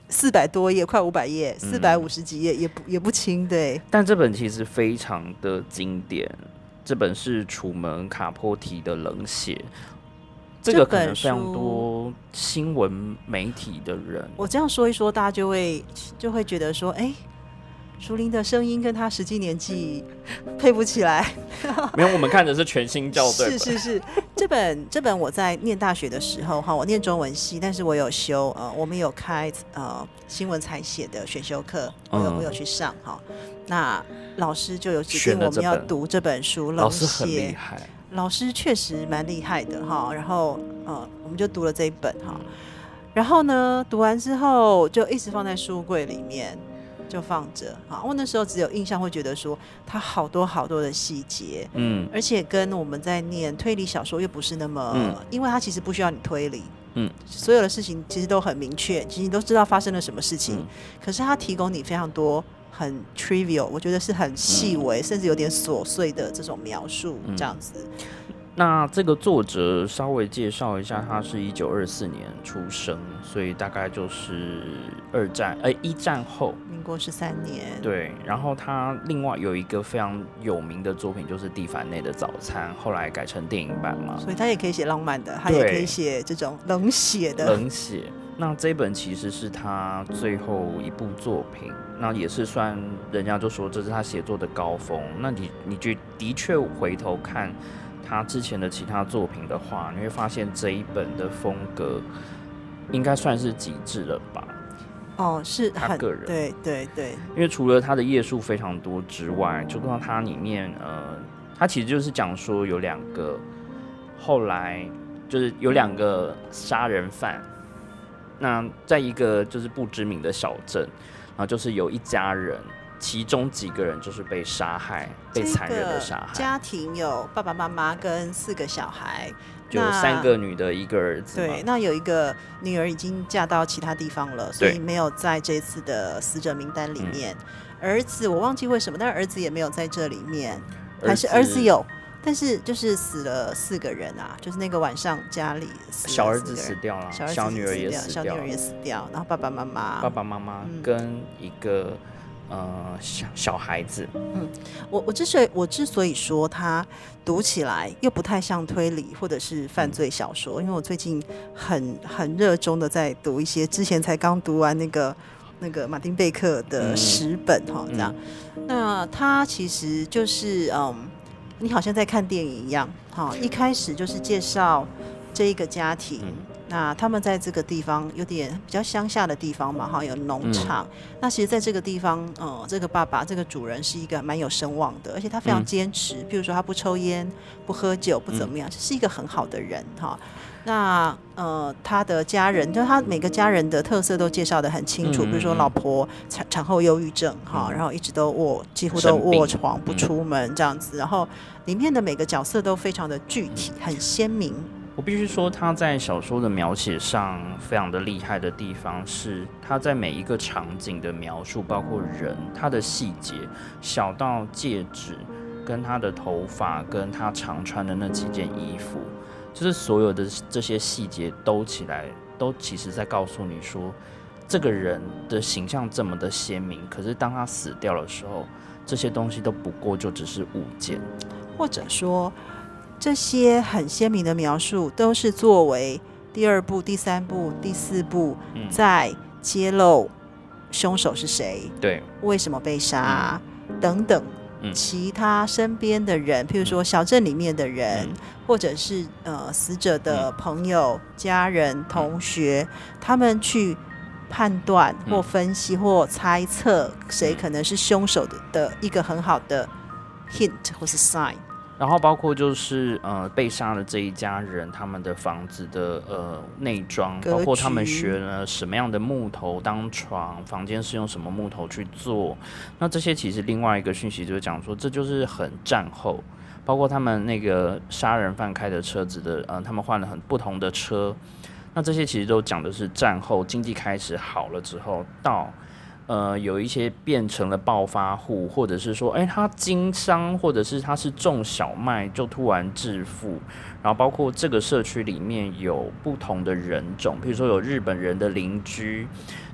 四百多页，快五百页，四百五十几页，也不也不轻，对。 但这本其实非常的经典，这本是楚门卡波提的《冷血》，这个可能非常多新闻媒体的人， 我这样说一说，大家就会就会觉得说，哎、欸。淑玲的声音跟她实际年纪配不起来。 没有，我们看的是全新校对。 是是是，这本这本我在念大学的时候哈，我念中文系，但是我有修呃，我们有开呃新闻采写的选修课，我有、嗯、我有去上哈。那老师就有指定我们要读这本书， 老师很厉害， 老师确实蛮厉害的哈。然后呃，我们就读了这一本哈。然后呢，读完之后就一直放在书柜里面。就放着啊，我那时候只有印象会觉得说它好多好多的细节，嗯，而且跟我们在念推理小说又不是那么，嗯、因为它其实不需要你推理，嗯，所有的事情其实都很明确，其实你都知道发生了什么事情，嗯、可是它提供你非常多很 trivial， 我觉得是很细微，嗯、甚至有点琐碎的这种描述，嗯、这样子。 那这个作者稍微介绍一下，他是一九二四年出生，所以大概就是二战，哎、欸，一战后， 民国十三年。 对，然后他另外有一个非常有名的作品，就是蒂凡内的早餐，后来改成电影版嘛， 所以他也可以写浪漫的，他也可以写这种冷血的。 冷血。那这本其实是他最后一部作品，那也是算人家就说这是他写作的高峰。那你你就的确回头看他之前的其他作品的话，你会发现这一本的风格应该算是极致了吧？ 哦，是他个人， 对对对， 因为除了他的页数非常多之外，就看到他里面，呃，他其实就是讲说有两个，后来就是有两个杀人犯，那在一个就是不知名的小镇，然后就是有一家人。其中几个人就是被杀害，被残忍的杀害。 家庭有爸爸妈妈跟四个小孩， 就三个女的，一个儿子。 对，那有一个女儿已经嫁到其他地方了，所以没有在这次的死者名单里面。嗯、儿子我忘记为什么，但是儿子也没有在这里面，还是儿子有，但是就是死了四个人啊，就是那个晚上家里死了小儿子死掉了， 小, 小女儿也死掉，小女儿也死掉，然后爸爸妈妈， 爸爸妈妈跟一个。呃，小小孩子， 嗯，我我之所以我之所以说它读起来又不太像推理或者是犯罪小说，嗯、因为我最近很很热衷的在读一些，之前才刚读完那个那个马丁贝克的十本哈、嗯，这样，嗯、那它其实就是嗯，你好像在看电影一样，哈，一开始就是介绍这一个家庭。嗯那他们在这个地方有点比较乡下的地方嘛，哈，有农场。嗯、那其实，在这个地方，呃，这个爸爸，这个主人是一个蛮有声望的，而且他非常坚持，嗯、譬如说他不抽烟、不喝酒、不怎么样，嗯、是一个很好的人，哈。那呃，他的家人，就他每个家人的特色都介绍得很清楚，嗯、比如说老婆产产后忧郁症，哈，嗯、然后一直都卧，几乎都卧床不出门这样子，然后里面的每个角色都非常的具体，很鲜明。 我必须说，他在小说的描写上非常的厉害的地方是，他在每一个场景的描述，包括人，他的细节，小到戒指，跟他的头发，跟他常穿的那几件衣服，就是所有的这些细节兜起来，都其实在告诉你说，这个人的形象这么的鲜明，可是当他死掉的时候，这些东西都不过就只是物件， 或者说。这些很鲜明的描述都是作为第二部、第三部、第四部在揭露凶手是谁， 对， 为什么被杀、嗯、等等、嗯、其他身边的人，譬如说小镇里面的人，嗯、或者是呃死者的朋友、嗯、家人、同学，他们去判断或分析或猜测谁可能是凶手 的, 的一个很好的 hint 或是 sign。 然后包括就是呃被杀的这一家人，他们的房子的呃内装，包括他们学了什么样的木头当床，房间是用什么木头去做。那这些其实另外一个讯息就是讲说，这就是很战后，包括他们那个杀人犯开的车子的，呃，他们换了很不同的车。那这些其实都讲的是战后经济开始好了之后到。呃，有一些变成了暴发户，或者是说，哎，他经商，或者是他是种小麦就突然致富，然后包括这个社区里面有不同的人种，比如说有日本人的邻居，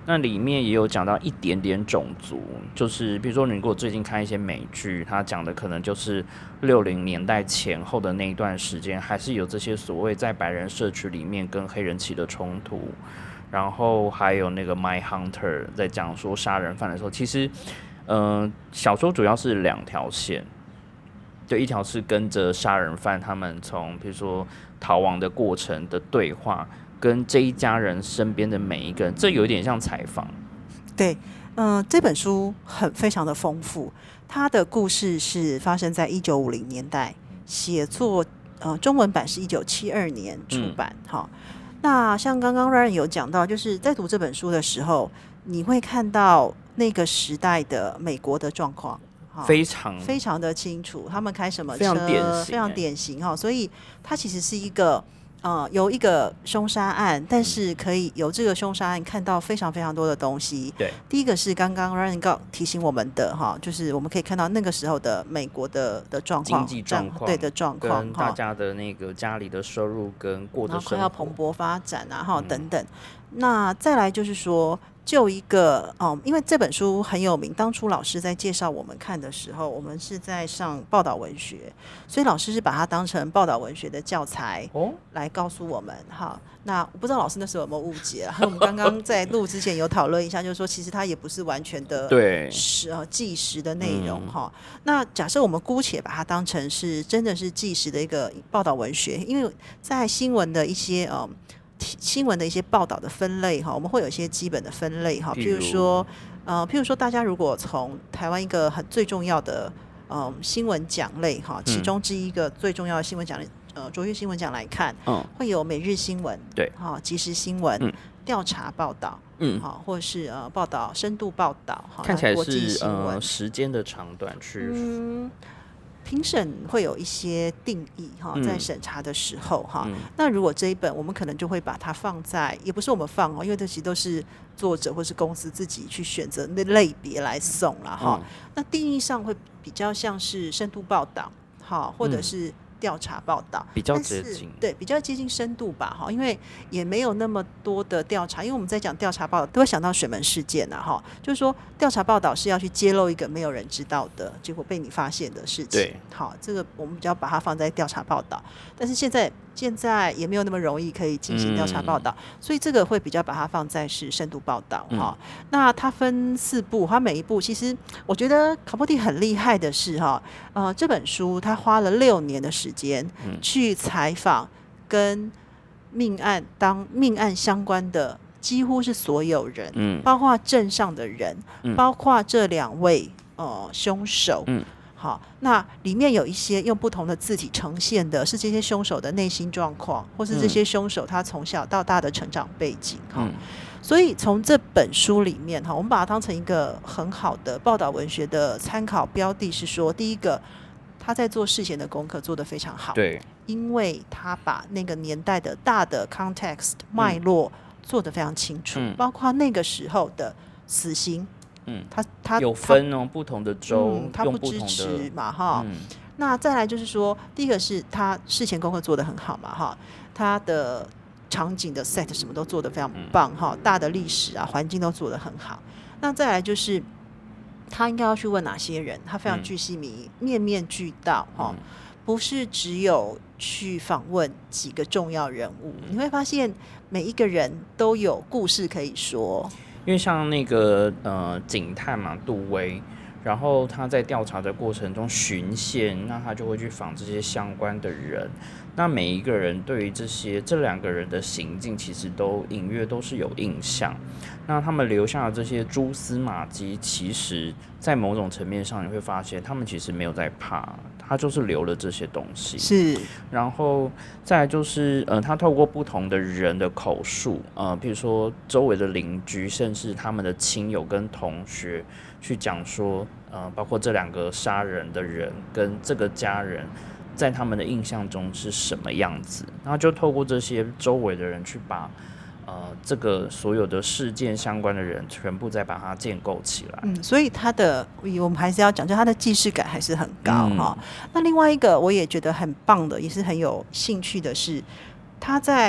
那里面也有讲到一点点种族，就是比如说你如果最近看一些美剧，它讲的可能就是六零年代前后的那一段时间，还是有这些所谓在白人社区里面跟黑人起的冲突。然后还有那个 My Hunter 在讲说杀人犯的时候，其实，呃，小说主要是两条线，就一条是跟着杀人犯他们从比如说逃亡的过程的对话，跟这一家人身边的每一个人，这有点像采访。 对，嗯、呃，这本书很非常的丰富，它的故事是发生在一九五零年代，写作呃中文版是一九七二年出版，好、嗯。那像刚刚 Ryan 有讲到，就是在读这本书的时候，你会看到那个时代的美国的状况， 非常非常的清楚，他们开什么车， 非常典型， 非常典型哈。所以它其实是一个呃有一个凶杀案，但是可以由这个凶杀案看到非常非常多的东西。 对， 第一个是刚刚 Ryan 告提醒我们的哈，就是我们可以看到那个时候的美国的的状况， 经济状况， 对的状况， 跟大家的那个家里的收入跟过的生活， 然后要蓬勃发展啊，哈、嗯、等等。那再来就是说。就一个嗯，因为这本书很有名，当初老师在介绍我们看的时候，我们是在上报道文学，所以老师是把它当成报道文学的教材来告诉我们。哈，那我不知道老师那时候有没有误解啊？我们刚刚在录之前有讨论一下，就是说其实它也不是完全的对实呃纪实的内容哈、嗯。那假设我们姑且把它当成是真的是纪实的一个报道文学，因为在新闻的一些嗯。新闻的一些报道的分类哈，我们会有一些基本的分类哈，譬如说，呃，譬如说，大家如果从台湾一个很最重要的嗯新闻奖类哈，其中之一个最重要的新闻奖类，呃，卓越新闻奖来看，嗯，会有每日新闻， 对， 哈，即时新闻，嗯，调查报道，嗯，好，或者是呃报道深度报道，哈， 看起来是呃时间的长短去。 嗯评审会有一些定义哈，在审查的时候哈、嗯，那如果这一本我们可能就会把它放在，也不是我们放哦，因为这其实都是作者或是公司自己去选择那类别来送啦哈、嗯。那定义上会比较像是深度报道哈，或者是调查报道， 比较接近， 对，比较接近深度吧哈，因为也没有那么多的调查，因为我们在讲调查报道都会想到水门事件啊哈，就是说调查报道是要去揭露一个没有人知道的结果被你发现的事情， 对， 好，这个我们比较把它放在调查报道，但是现在现在也没有那么容易可以进行调查报道、嗯，所以这个会比较把它放在是深度报道哈、嗯。那它分四部，它每一部其实我觉得卡波蒂很厉害的是哈，呃，这本书他花了六年的时间去采访跟命案当命案相关的几乎是所有人，嗯，包括镇上的人，嗯、包括这两位呃凶手，嗯。好，那里面有一些用不同的字体呈现的是这些凶手的内心状况，或是这些凶手他从小到大的成长背景。嗯，所以从这本书里面哈，我们把它当成一个很好的报道文学的参考标的，是说第一个他在做事前的功课做得非常好， 对， 因为他把那个年代的大的 context 脉络做得非常清楚，嗯、包括那个时候的死刑。 嗯， 他他有分哦，不同的州， 嗯、他不支持嘛哈、嗯。那再来就是说，第一个是他事前功课做得很好嘛哈，他的场景的 set 什么都做得非常棒哈、嗯，大的历史啊环境都做得很好。那再来就是他应该要去问哪些人，他非常巨细靡遗、嗯，面面俱到哈、嗯，不是只有去访问几个重要人物，嗯、你会发现每一个人都有故事可以说。 因为像那个呃警探嘛，杜威，然后他在调查的过程中循线，那他就会去访这些相关的人。那每一个人对于这些这两个人的行径，其实都隐约都是有印象。那他们留下的这些蛛丝马迹，其实在某种层面上，你会发现他们其实没有在怕。他就是留了这些东西， 是， 然后再来就是，呃，他透过不同的人的口述，呃，比如说周围的邻居，甚至他们的亲友跟同学，去讲说，呃，包括这两个杀人的人跟这个家人，在他们的印象中是什么样子，然后就透过这些周围的人去把。呃，这个所有的事件相关的人全部再把它建构起来。 嗯，所以他的我们还是要讲，就他的既视感还是很高哈、嗯。那另外一个我也觉得很棒的，也是很有兴趣的是，他在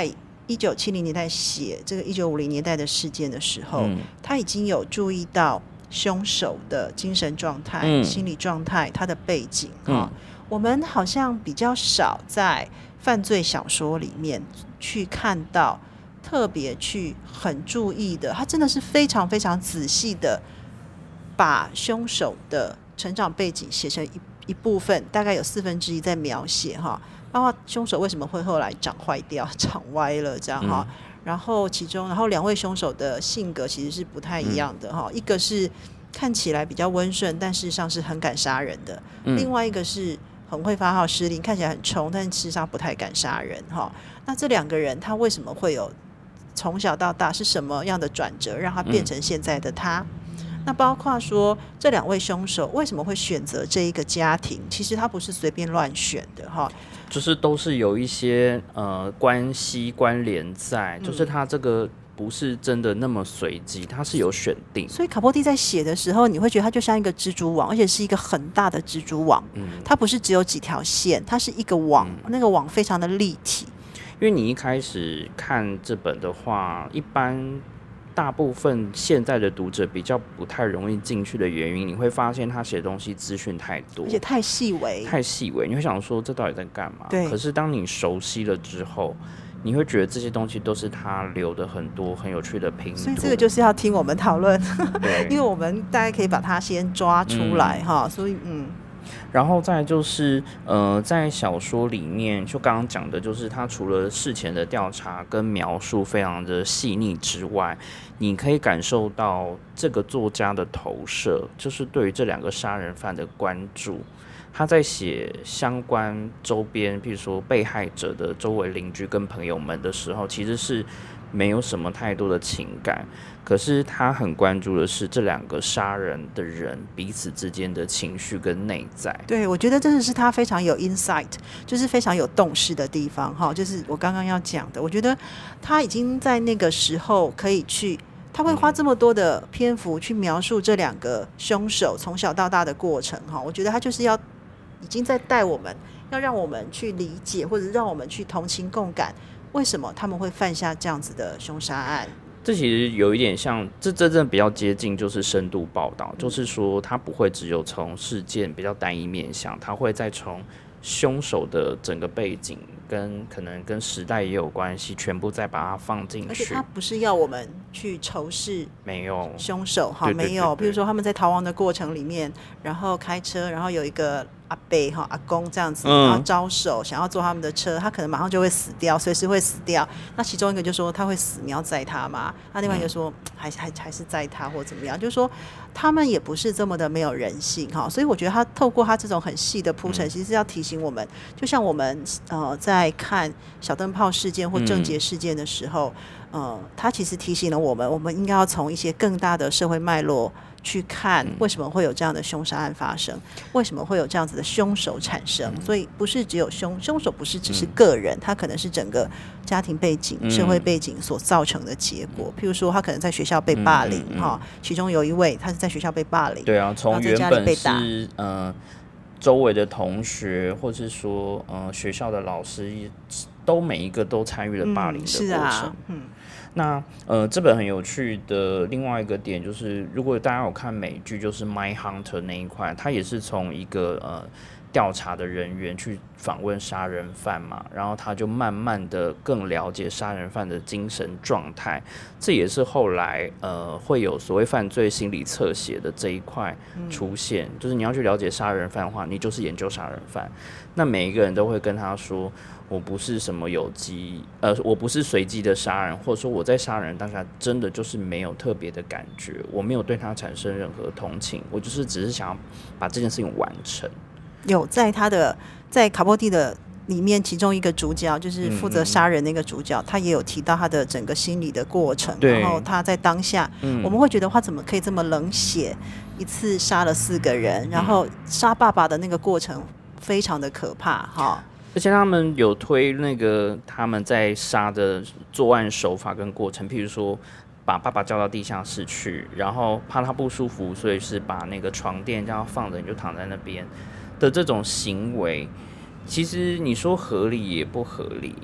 一九七零年代写这个一九五零年代的事件的时候， 嗯、 他已经有注意到凶手的精神状态、 嗯、 心理状态、他的背景、 嗯哦、我们好像比较少在犯罪小说里面去看到特别去很注意的，他真的是非常非常仔细的把凶手的成长背景写成一一部分，大概有四分之一在描写哈，包括凶手为什么会后来长坏掉、长歪了这样哈、嗯。然后其中，然后两位凶手的性格其实是不太一样的哈、嗯，一个是看起来比较温顺，但事实上是很敢杀人的；嗯、另外一个是很会发号施令，看起来很冲，但事实上不太敢杀人哈。那这两个人他为什么会有从小到大是什么样的转折，让他变成现在的他？嗯、那包括说这两位凶手为什么会选择这一个家庭？其实他不是随便乱选的哈。 就是都是有一些呃关系关联在，就是他这个不是真的那么随机，他是有选定。 所以卡波蒂在写的时候，你会觉得他就像一个蜘蛛网，而且是一个很大的蜘蛛网。嗯，它不是只有几条线，它是一个网，嗯、那个网非常的立体。 因为你一开始看这本的话，一般大部分现在的读者比较不太容易进去的原因，你会发现他写的东西资讯太多， 而且太细微， 太细微，你会想说这到底在干嘛？ 对。 可是当你熟悉了之后，你会觉得这些东西都是他留的很多很有趣的拼图。 所以这个就是要听我们讨论，因为我们大概可以把它先抓出来哈、嗯。所以嗯。 然后再来就是呃，在小说里面就刚刚讲的，就是他除了事前的调查跟描述非常的细腻之外，你可以感受到这个作家的投射，就是对于这两个杀人犯的关注。他在写相关周边，比如说被害者的周围邻居跟朋友们的时候，其实是没有什么太多的情感，可是他很关注的是这两个杀人的人彼此之间的情绪跟内在。 对，我觉得这是他非常有 insight， 就是非常有洞视的地方哈，就是我刚刚要讲的，我觉得他已经在那个时候可以去，他会花这么多的篇幅去描述这两个凶手从小到大的过程哈，我觉得他就是要已经在带我们，要让我们去理解，或者让我们去同情共感，为什么他们会犯下这样子的凶杀案。 这其实有一点像，这真正比较接近就是深度报道，嗯、就是说他不会只有从事件比较单一面向，他会再从凶手的整个背景跟可能跟时代也有关系，全部再把它放进去。 而且他不是要我们去仇视没有凶手哈，没有。比如说他们在逃亡的过程里面，然后开车，然后有一个阿伯哈阿公这样子，然后招手想要坐他们的车，他可能马上就会死掉，随时会死掉。那其中一个就说他会死，你要载他吗？那另外一个说、嗯、还还还是载他或怎么样，就是说他们也不是这么的没有人性哈。所以我觉得他透过他这种很细的铺陈，其实是要提醒我们，就像我们呃在看小灯泡事件或郑捷事件的时候，嗯、呃，他其实提醒了我们，我们应该要从一些更大的社会脉络去看为什么会有这样的凶杀案发生，为什么会有这样子的凶手产生。所以不是只有凶凶手，不是只是个人，他可能是整个家庭背景、社会背景所造成的结果。譬如说他可能在学校被霸凌哈、嗯嗯，其中有一位他是在学校被霸凌， 对啊，从原本是呃周围的同学，或是说呃学校的老师，都每一个都参与了霸凌的过程。嗯，是啊，嗯。那呃，这本很有趣的另外一个点就是，如果大家有看美剧，就是《Mindhunter》那一块，它也是从一个呃调查的人员去访问杀人犯嘛，然后他就慢慢的更了解杀人犯的精神状态，这也是后来呃会有所谓犯罪心理侧写的这一块出现，嗯、就是你要去了解杀人犯的话，你就是研究杀人犯，那每一个人都会跟他说。我不是什么有机，呃，我不是随机的杀人，或者说我在杀人当下真的就是没有特别的感觉，我没有对他产生任何同情，我就是只是想要把这件事情完成。 有在他的在卡波蒂的里面，其中一个主角就是负责杀人那个主角、嗯，他也有提到他的整个心理的过程，然后他在当下，嗯、我们会觉得他怎么可以这么冷血，一次杀了四个人，然后杀爸爸的那个过程非常的可怕哈。 而且他们有推那个他们在杀的作案手法跟过程，譬如说把爸爸叫到地下室去，然后怕他不舒服，所以是把那个床垫这样放着，你就躺在那边的这种行为，其实你说合理也不合理。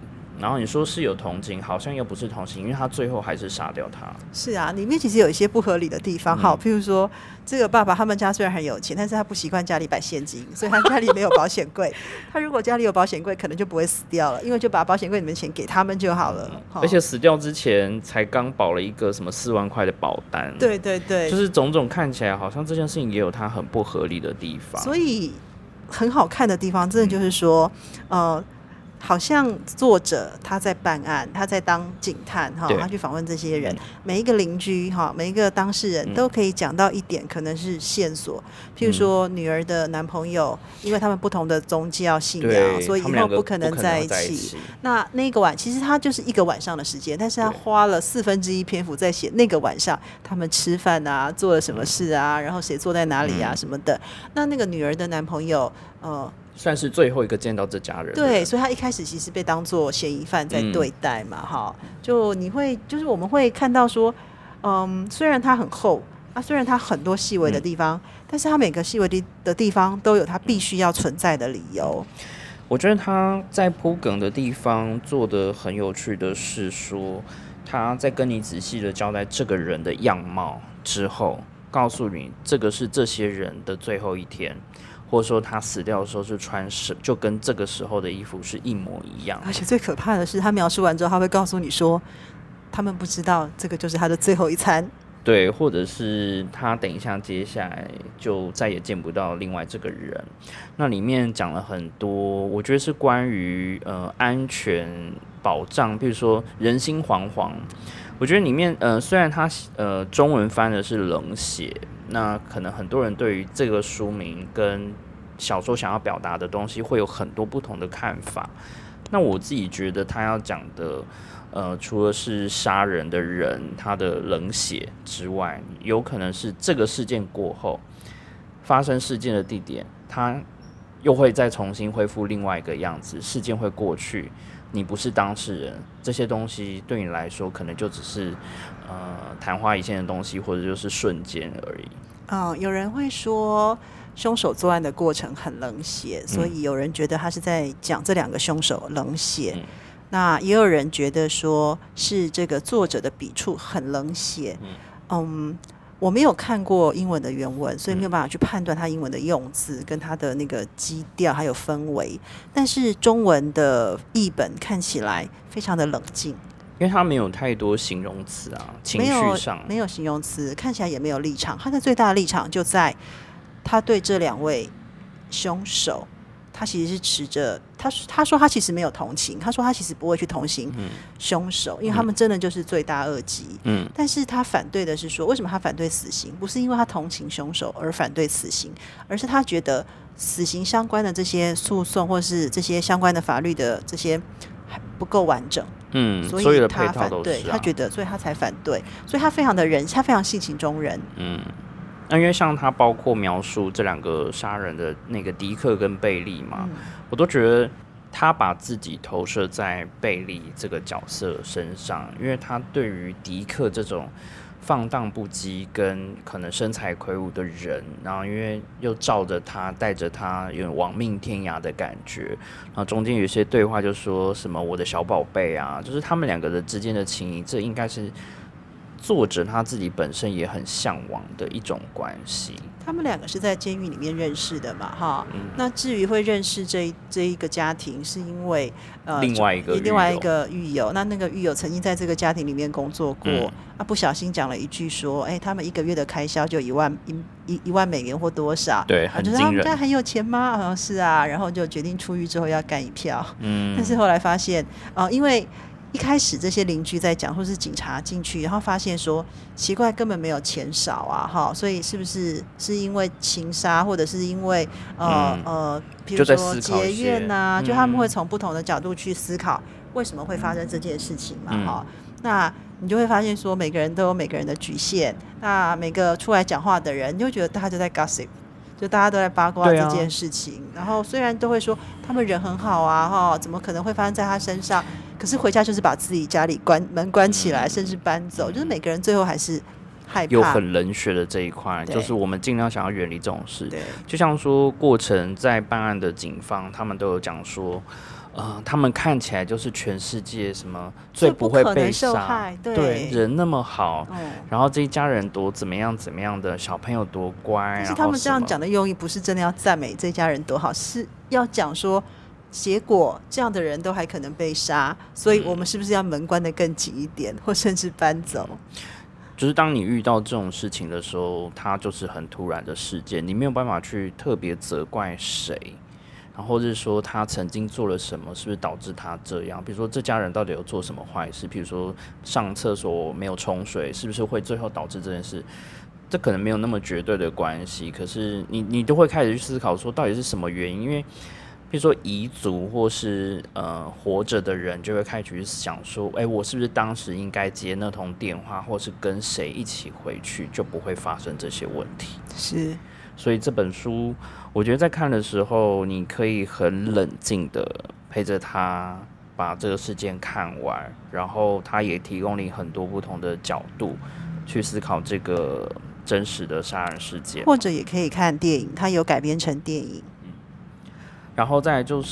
然后你说是有同情，好像又不是同情，因为他最后还是杀掉他。 是啊，里面其实有一些不合理的地方。好，譬如说这个爸爸他们家虽然很有钱，但是他不习惯家里摆现金，所以他家里没有保险柜。他如果家里有保险柜，可能就不会死掉了，因为就把保险柜里面钱给他们就好了。嗯、 而且死掉之前才刚保了一个什么四万块的保单。 对对对， 就是种种看起来好像这件事情也有它很不合理的地方。 所以很好看的地方，真的就是说，嗯、呃。好像作者他在办案，他在当警探哈，他去访问这些人，每一个邻居哈，每一个当事人都可以讲到一点可能是线索，譬如说女儿的男朋友，因为他们不同的宗教信仰，所以以后不可能在一起。一起那那个晚其实他就是一个晚上的时间，但是他花了四分之一篇幅在写那个晚上他们吃饭啊，做了什么事啊，然后谁坐在哪里啊、嗯、什么的。那那个女儿的男朋友，呃。 算是最后一个见到这家人， 对，所以他一开始其实被当作嫌疑犯在对待嘛，哈、嗯，就你会就是我们会看到说，嗯，虽然他很厚啊，虽然他很多细微的地方，嗯、但是他每个细微的地方都有他必须要存在的理由。 我觉得他在铺梗的地方做得很有趣的是说，他在跟你仔细的交代这个人的样貌之后，告诉你这个是这些人的最后一天。或者说他死掉的时候是穿就跟这个时候的衣服是一模一样， 而且最可怕的是他描述完之后他会告诉你说他们不知道这个就是他的最后一餐， 对，或者是他等一下接下来就再也见不到另外这个人。那里面讲了很多我觉得是关于呃安全保障，比如说人心惶惶，我觉得里面呃虽然他呃中文翻的是冷血，那可能很多人对于这个书名跟小说想要表达的东西会有很多不同的看法。那我自己觉得他要讲的呃，除了是杀人的人他的冷血之外，有可能是这个事件过后发生事件的地点他又会再重新恢复另外一个样子，事件会过去，你不是当事人，这些东西对你来说可能就只是呃昙花一现的东西，或者就是瞬间而已。 嗯，有人会说凶手作案的过程很冷血，所以有人觉得他是在讲这两个凶手冷血、嗯、那也有人觉得说是这个作者的笔触很冷血。 嗯, 嗯我没有看过英文的原文，所以没有办法去判断他英文的用字跟他的那个基调还有氛围，但是中文的译本看起来非常的冷静， 因为他没有太多形容词啊，情绪上没有, 没有形容词，看起来也没有立场，他的最大的立场就在他对这两位凶手，他其实是持着 他, 他说他其实没有同情，他说他其实不会去同情凶手、嗯、因为他们真的就是罪大恶极、嗯、但是他反对的是说，为什么他反对死刑，不是因为他同情凶手而反对死刑，而是他觉得死刑相关的这些诉讼或是这些相关的法律的这些还不够完整， 嗯， 所以他反对、啊、 他觉得，所以他才反对，所以他非常的人，他非常性情中人。 嗯，那因为像他包括描述这两个杀人的那个迪克跟贝利嘛、嗯，我都觉得他把自己投射在贝利这个角色身上，因为他对于迪克这种放荡不羁跟可能身材魁梧的人，然后因为又照着他带着他有亡命天涯的感觉，然后中间有些对话就说什么我的小宝贝啊，就是他们两个的之间的情谊，这应该是作者他自己本身也很向往的一种关系。 他们两个是在监狱里面认识的嘛，哈、嗯。那至于会认识这这一个家庭，是因为呃另外一个另外一个狱友，那那个狱友曾经在这个家庭里面工作过，嗯、啊，不小心讲了一句说，哎，他们一个月的开销就一万一一一万美元或多少， 对，很惊人。啊、他们家很有钱吗？好像是啊，然后就决定出狱之后要干一票，嗯，但是后来发现，呃，因为一开始这些邻居在讲，或是警察进去，然后发现说奇怪，根本没有钱少啊，哈，所以是不是是因为情杀，或者是因为呃、嗯、呃，比如说结怨啊，就他们会从不同的角度去思考为什么会发生这件事情嘛，哈、嗯，那你就会发现说每个人都有每个人的局限，那每个出来讲话的人，你就会觉得大家都在 gossip。就大家都在八卦这件事情、啊、然后虽然都会说他们人很好啊，怎么可能会发生在他身上，可是回家就是把自己家里关门关起来、嗯、甚至搬走，就是每个人最后还是害怕， 有很冷血的这一块，就是我们尽量想要远离这种事。就像说过程在办案的警方他们都有讲说呃，他们看起来就是全世界什么最不会被杀， 对, 对，人那么好、 嗯， 然后这一家人多怎么样怎么样的，小朋友多乖， 但是他们这样讲的用意不是真的要赞美这家人多好，是要讲说结果这样的人都还可能被杀，所以我们是不是要门关得更紧一点、嗯、或甚至搬走。 就是当你遇到这种事情的时候，它就是很突然的事件，你没有办法去特别责怪谁，然后是说他曾经做了什么，是不是导致他这样？比如说这家人到底有做什么坏事？比如说上厕所没有冲水，是不是会最后导致这件事？这可能没有那么绝对的关系，可是你你都会开始去思考说，到底是什么原因？因为比如说遗族或是呃活着的人，就会开始去想说，哎、欸，我是不是当时应该接那通电话，或是跟谁一起回去，就不会发生这些问题。 是， 所以这本书，我觉得在看的时候，你可以很冷静的陪着他把这个事件看完，然后他也提供你很多不同的角度去思考这个真实的杀人事件， 或者也可以看电影，它有改编成电影。 然后再来就是，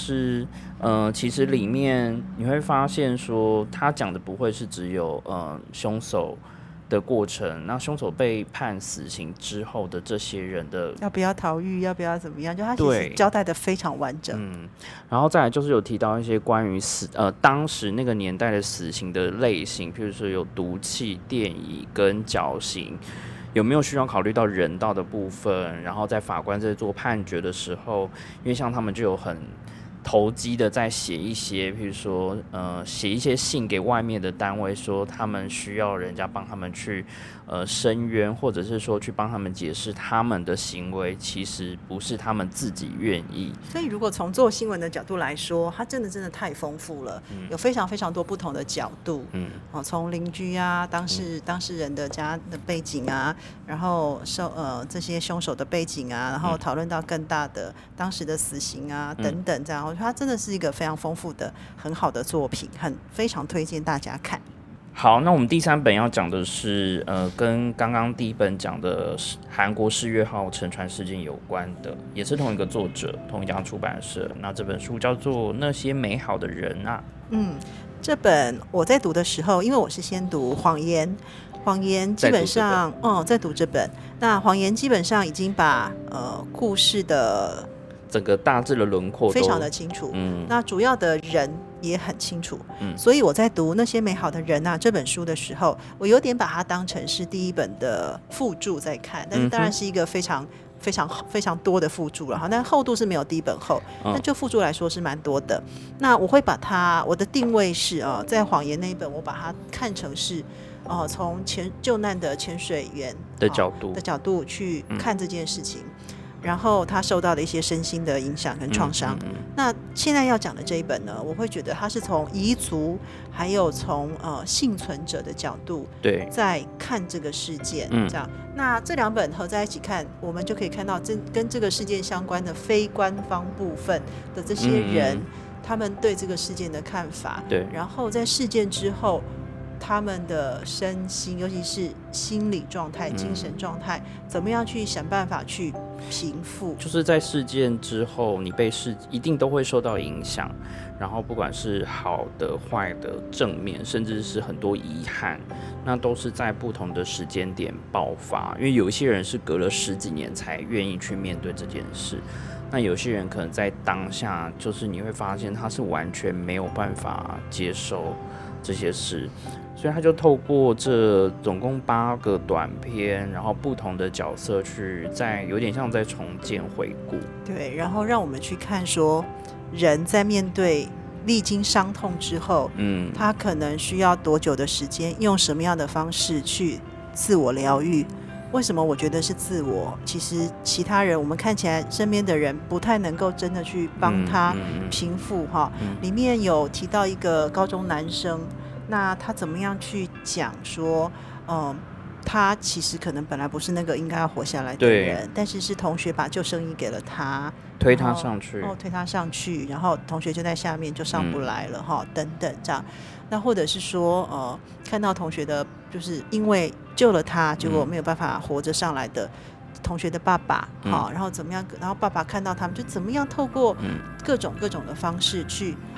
呃，其实里面你会发现说，他讲的不会是只有呃凶手的过程，那凶手被判死刑之后的这些人的要不要逃狱，要不要怎么样，就他其实交代的非常完整。 嗯，然后再来就是有提到一些关于死呃当时那个年代的死刑的类型，譬如说有毒气、电椅跟绞刑。有没有需要考虑到人道的部分？然后在法官在做判决的时候，因为像他们就有很投机的在写一些，譬如说，呃，写一些信给外面的单位，说他们需要人家帮他们去呃申冤，或者是说去帮他们解释他们的行为其实不是他们自己愿意。 所以如果从做新闻的角度来说，它真的真的太丰富了、嗯、有非常非常多不同的角度。嗯，哦，从邻居啊、当事、嗯、当事人的家的背景啊，然后受呃这些凶手的背景啊，然后讨论到更大的当时的死刑啊、嗯、等等这样。它真的是一个非常丰富的很好的作品，很非常推荐大家看。 好，那我们第三本要讲的是呃，跟刚刚第一本讲的韩国世越号沉船事件有关的，也是同一个作者，同一家出版社。那这本书叫做《那些美好的人啊》。嗯， 这本我在读的时候，因为我是先读《谎言》，谎言基本上，嗯，在读这本。那谎言基本上已经把呃故事的整个大致的轮廓非常的清楚、嗯、那主要的人也很清楚、嗯、所以我在读那些美好的人啊这本书的时候，我有点把它当成是第一本的附注在看，但是当然是一个非常非常非常多的附注了，但厚度是没有第一本厚，但、哦、就附注来说是蛮多的。那我会把它，我的定位是、呃、在谎言那一本我把它看成是呃、从潜救难的潜水员的角度、 哦、的角度去看这件事情、嗯，然后他受到的一些身心的影响跟创伤、嗯嗯嗯、那现在要讲的这一本呢，我会觉得他是从彝族还有从呃幸存者的角度对在看这个事件、嗯、这样。那这两本合在一起看，我们就可以看到这跟这个事件相关的非官方部分的这些人、嗯嗯、他们对这个事件的看法， 对， 然后在事件之后他们的身心，尤其是心理状态、精神状态、嗯、怎么样去想办法去平复。 就是在事件之后，你被事一定都会受到影响，然后不管是好的、坏的、正面，甚至是很多遗憾，那都是在不同的时间点爆发。因为有一些人是隔了十几年才愿意去面对这件事，那有些人可能在当下，就是你会发现他是完全没有办法接受这些事。所以他就透过这总共八个短片，然后不同的角色去在有点像在重建回顾， 对，然后让我们去看说人在面对历经伤痛之后，嗯，他可能需要多久的时间，用什么样的方式去自我疗愈。为什么我觉得是自我？其实其他人我们看起来身边的人不太能够真的去帮他平复、嗯嗯嗯、里面有提到一个高中男生，那他怎么样去讲说嗯，他其实可能本来不是那个应该要活下来的人，但是是同学把救生衣给了他， 推他上去， 哦，推他上去，然后同学就在下面就上不来了、嗯、等等这样。那或者是说呃，看到同学的就是因为救了他结果没有办法活着上来的同学的爸爸、嗯哦、然后怎么样，然后爸爸看到他们就怎么样透过各种各种的方式去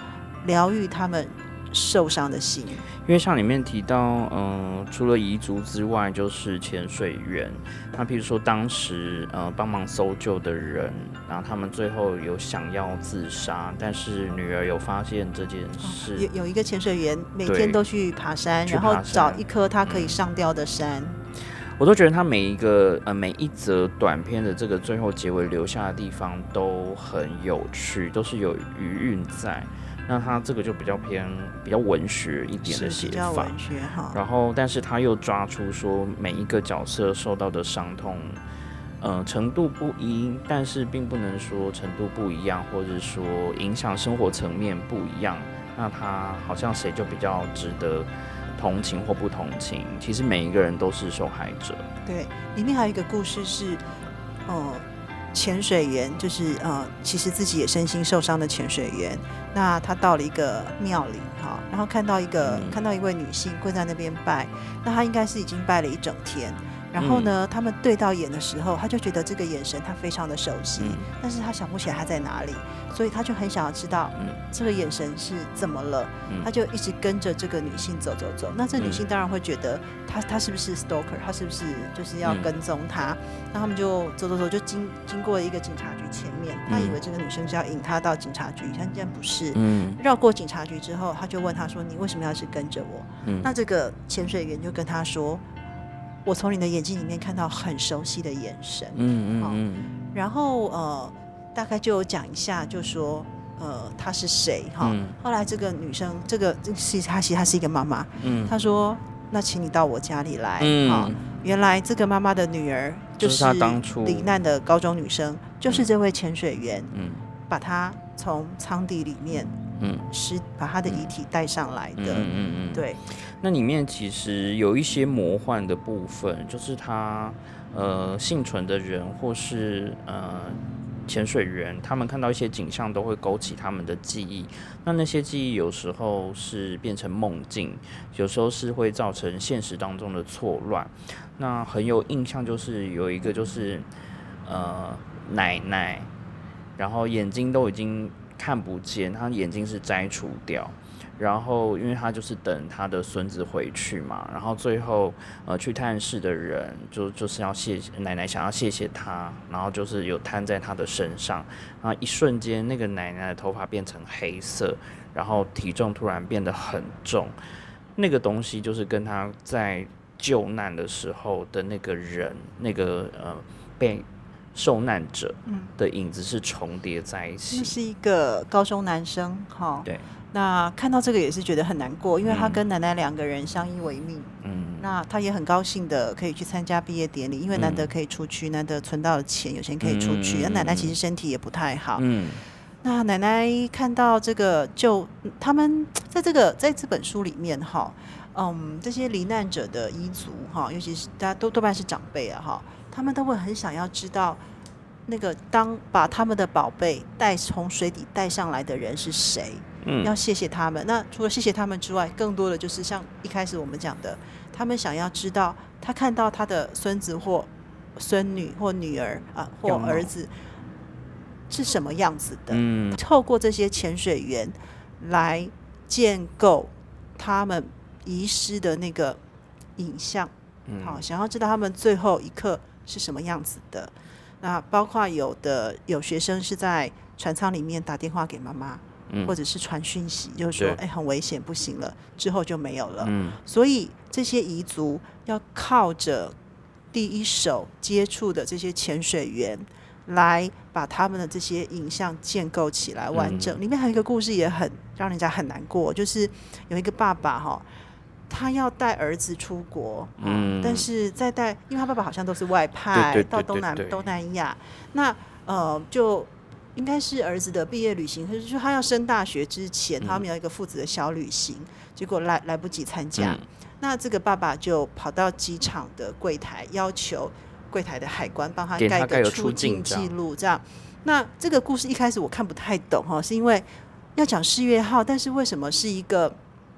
疗愈他们受伤的心。 因为像里面提到，嗯、呃，除了彝族之外，就是潜水员。那譬如说当时呃帮忙搜救的人，然后他们最后有想要自杀，但是女儿有发现这件事。 哦、有有一个潜水员每天都去爬山，然后找一颗他可以上吊的山。嗯， 我都觉得他每一个呃每一则短片的这个最后结尾留下的地方都很有趣，都是有余韵在。那他这个就比较偏比较文学一点的写法，然后但是他又抓出说每一个角色受到的伤痛，呃程度不一，但是并不能说程度不一样，或者说影响生活层面不一样。那他好像谁就比较值得同情或不同情？其实每一个人都是受害者。 对，里面还有一个故事是，呃。潜水员就是呃，其实自己也身心受伤的潜水员。那他到了一个庙里，哈，然后看到一个、嗯、看到一位女性跪在那边拜，那他应该是已经拜了一整天。然后呢、嗯，他们对到眼的时候，他就觉得这个眼神他非常的熟悉、嗯，但是他想不起来他在哪里，所以他就很想要知道、嗯、这个眼神是怎么了、嗯。他就一直跟着这个女性走走走。那这女性当然会觉得他他是不是 stalker， 他是不是就是要跟踪他？嗯、那他们就走走走，就经经过一个警察局前面，他以为这个女生是要引他到警察局，但竟然不是。嗯，绕过警察局之后，他就问他说：“你为什么要是跟着我？”嗯，那这个潜水员就跟他说。我从你的眼睛里面看到很熟悉的眼神，嗯嗯嗯，然后呃，大概就讲一下，就说呃，她是谁哈、嗯？后来这个女生，这个是她，其实她是一个妈妈，嗯，她说，那请你到我家里来，嗯，哦、原来这个妈妈的女儿就是罹难的高中女生，就是这位潜水员，嗯，把她从舱底里面。嗯，是把他的遗体带上来的。嗯嗯嗯，对。 那里面其实有一些魔幻的部分，就是他呃幸存的人或是呃潜水员，他们看到一些景象都会勾起他们的记忆。那那些记忆有时候是变成梦境，有时候是会造成现实当中的错乱。那很有印象就是有一个就是呃奶奶，然后眼睛都已经。看不见，他眼睛是摘除掉，然后因为他就是等他的孙子回去嘛，然后最后呃去探视的人就就是要谢奶奶想要谢谢他，然后就是有摊在他的身上，然后一瞬间那个奶奶的头发变成黑色，然后体重突然变得很重，那个东西就是跟他在救难的时候的那个人，那个呃被。受难者的影子是重叠在一起。 那是一个高中男生，哈。 对。 那看到这个也是觉得很难过，因为他跟奶奶两个人相依为命。嗯。那他也很高兴的可以去参加毕业典礼，因为难得可以出去，难得存到了钱，有钱可以出去。那、嗯、奶奶其实身体也不太好。嗯。那奶奶看到这个，就他们在这个在这本书里面，哈，嗯，这些罹难者的遗族，哈，尤其是大家都多半是长辈啊，哈。他们都会很想要知道，那个当把他们的宝贝带从水底带上来的人是谁？嗯，要谢谢他们。那除了谢谢他们之外，更多的就是像一开始我们讲的，他们想要知道，他看到他的孙子或孙女或女儿啊或儿子是什么样子的。嗯，透过这些潜水员来建构他们遗失的那个影像。嗯，好，想要知道他们最后一刻。是什么样子的？那包括有的有学生是在船舱里面打电话给妈妈、嗯，或者是传讯息，就是说，哎、欸，很危险，不行了，之后就没有了。嗯，所以这些彝族要靠着第一手接触的这些潜水员，来把他们的这些影像建构起来完整。嗯、里面还有一个故事也很让人家很难过，就是有一个爸爸哈。他要带儿子出国，嗯，但是在带，因为他爸爸好像都是外派，对对对对对到东南东南亚，那呃就应该是儿子的毕业旅行，可是就他要升大学之前，嗯、他们有一个父子的小旅行，结果来来不及参加，嗯，那这个爸爸就跑到机场的柜台，要求柜台的海关帮他盖个出境记录，这样。那这个故事一开始我看不太懂哈，是因为要讲世越号，但是为什么是一个？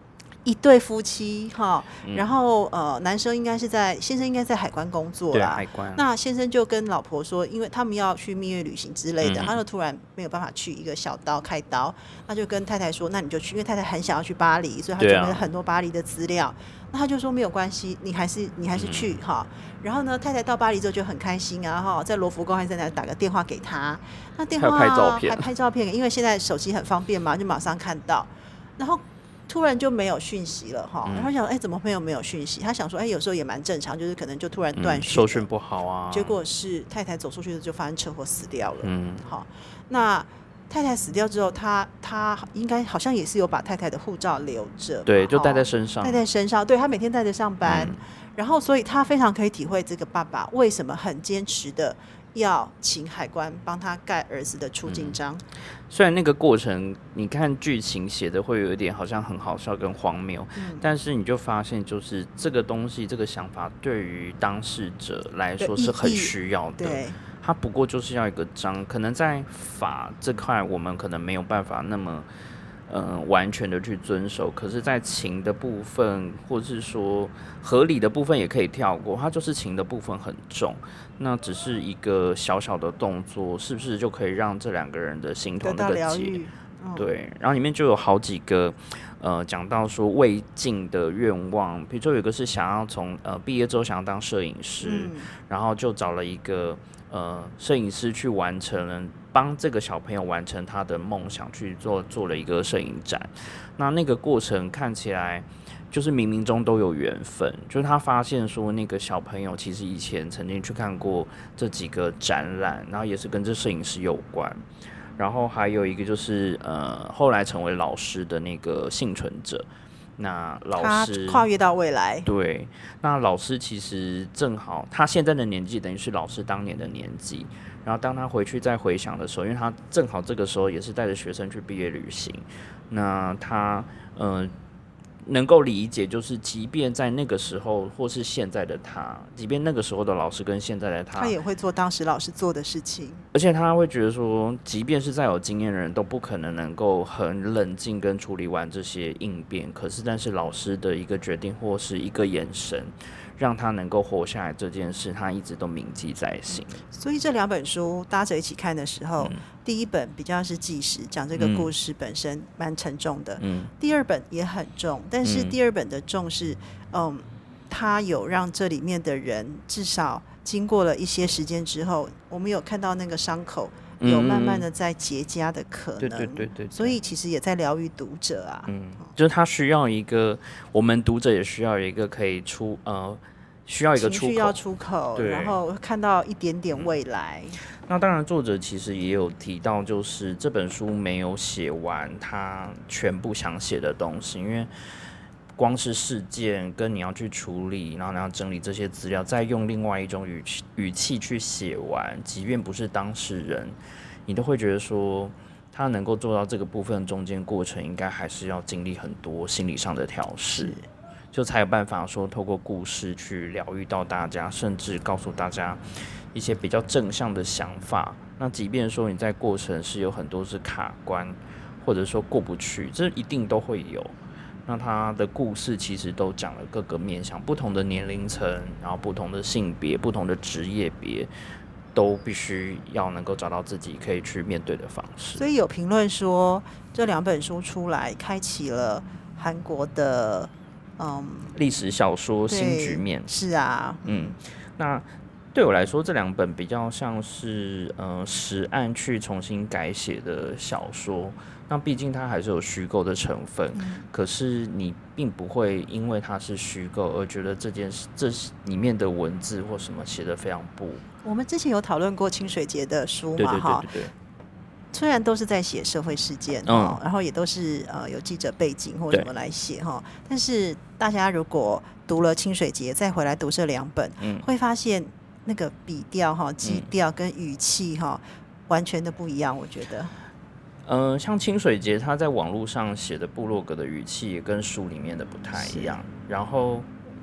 一对夫妻哈，然后呃，男生应该是在先生应该在海关工作啦， 海关、啊。 那先生就跟老婆说，因为他们要去蜜月旅行之类的， 嗯、 他就突然没有办法去一个小刀开刀，他就跟太太说，那你就去，因为太太很想要去巴黎，所以他准备了很多巴黎的资料。啊、那他就说没有关系，你还是你还是去哈、嗯。然后呢，太太到巴黎之后就很开心啊哈，在罗浮宫还在那打个电话给他，那电话还拍照片， 还拍照片，因为现在手机很方便嘛，就马上看到，然后。突然就没有讯息了哈，然后想，哎、欸，怎么会有没有讯息？他想说，哎、欸，有时候也蛮正常，就是可能就突然断讯、嗯， 收讯不好啊。 结果是太太走出去就发生车祸死掉了。嗯，好，那太太死掉之后，他他应该好像也是有把太太的护照留着， 对，就带在身上， 带在身上，对他每天带着上班、嗯，然后所以他非常可以体会这个爸爸为什么很坚持的。要请海关帮他盖儿子的出境章、嗯， 虽然那个过程你看剧情写的会有一点好像很好笑跟荒谬、嗯，但是你就发现就是这个东西这个想法对于当事者来说是很需要的。 对， 他不过就是要一个章，可能在法这块我们可能没有办法那么。嗯，完全的去遵守，可是，在情的部分，或是说合理的部分，也可以跳过。它就是情的部分很重，那只是一个小小的动作，是不是就可以让这两个人的心头那个结？ 哦、 对，然后里面就有好几个，呃，讲到说未尽的愿望，比如说有一个是想要从呃毕业之后想要当摄影师、嗯，然后就找了一个呃摄影师去完成了。帮这个小朋友完成他的梦想，去做做了一个摄影展。那那个过程看起来就是冥冥中都有缘分，就是他发现说那个小朋友其实以前曾经去看过这几个展览，然后也是跟这摄影师有关。然后还有一个就是呃后来成为老师的那个幸存者。那老师他跨越到未来， 对，那老师其实正好他现在的年纪等于是老师当年的年纪。然后当他回去再回想的时候，因为他正好这个时候也是带着学生去毕业旅行，那他呃能够理解，就是即便在那个时候或是现在的他，即便那个时候的老师跟现在的他， 他也会做当时老师做的事情， 而且他会觉得说，即便是再有经验的人都不可能能够很冷静跟处理完这些应变，可是但是老师的一个决定或是一个眼神。让他能够活下来这件事，他一直都铭记在心。 所以这两本书搭着一起看的时候，嗯、第一本比较是纪实，讲这个故事本身蛮沉重的。嗯，第二本也很重，但是第二本的重是，嗯，他有让这里面的人至少经过了一些时间之后，我们有看到那个伤口。有慢慢的在结痂的可能， 对对对 对, 对， 所以其实也在疗愈读者啊。 嗯，就是他需要一个，我们读者也需要一个可以出呃，需要一个出口， 情绪要出口，然后看到一点点未来。 嗯、那当然，作者其实也有提到，就是这本书没有写完他全部想写的东西，因为。光是事件跟你要去处理，然后你要整理这些资料，再用另外一种语气语气去写完，即便不是当事人，你都会觉得说他能够做到这个部分中间过程，应该还是要经历很多心理上的调试，就才有办法说透过故事去疗愈到大家，甚至告诉大家一些比较正向的想法。那即便说你在过程是有很多是卡关，或者说过不去，这一定都会有。那他的故事其实都讲了各个面向，不同的年龄层，然后不同的性别，不同的职业别，都必须要能够找到自己可以去面对的方式。 所以有评论说，这两本书出来，开启了韩国的嗯历史小说新局面。 是啊， 嗯，那对我来说，这两本比较像是呃实案去重新改写的小说。那毕竟它还是有虚构的成分、嗯，可是你并不会因为它是虚构而觉得这件事这里面的文字或什么写得非常不。 我们之前有讨论过清水节的书嘛，哈，对对对对对，虽然都是在写社会事件，嗯，然后也都是呃有记者背景或什么来写哈，但是大家如果读了清水节再回来读这两本，嗯，会发现那个笔调哈、基调跟语气哈、嗯、完全的不一样，我觉得。 呃，像清水节他在网络上写的部落格的语气也跟书里面的不太一样，然后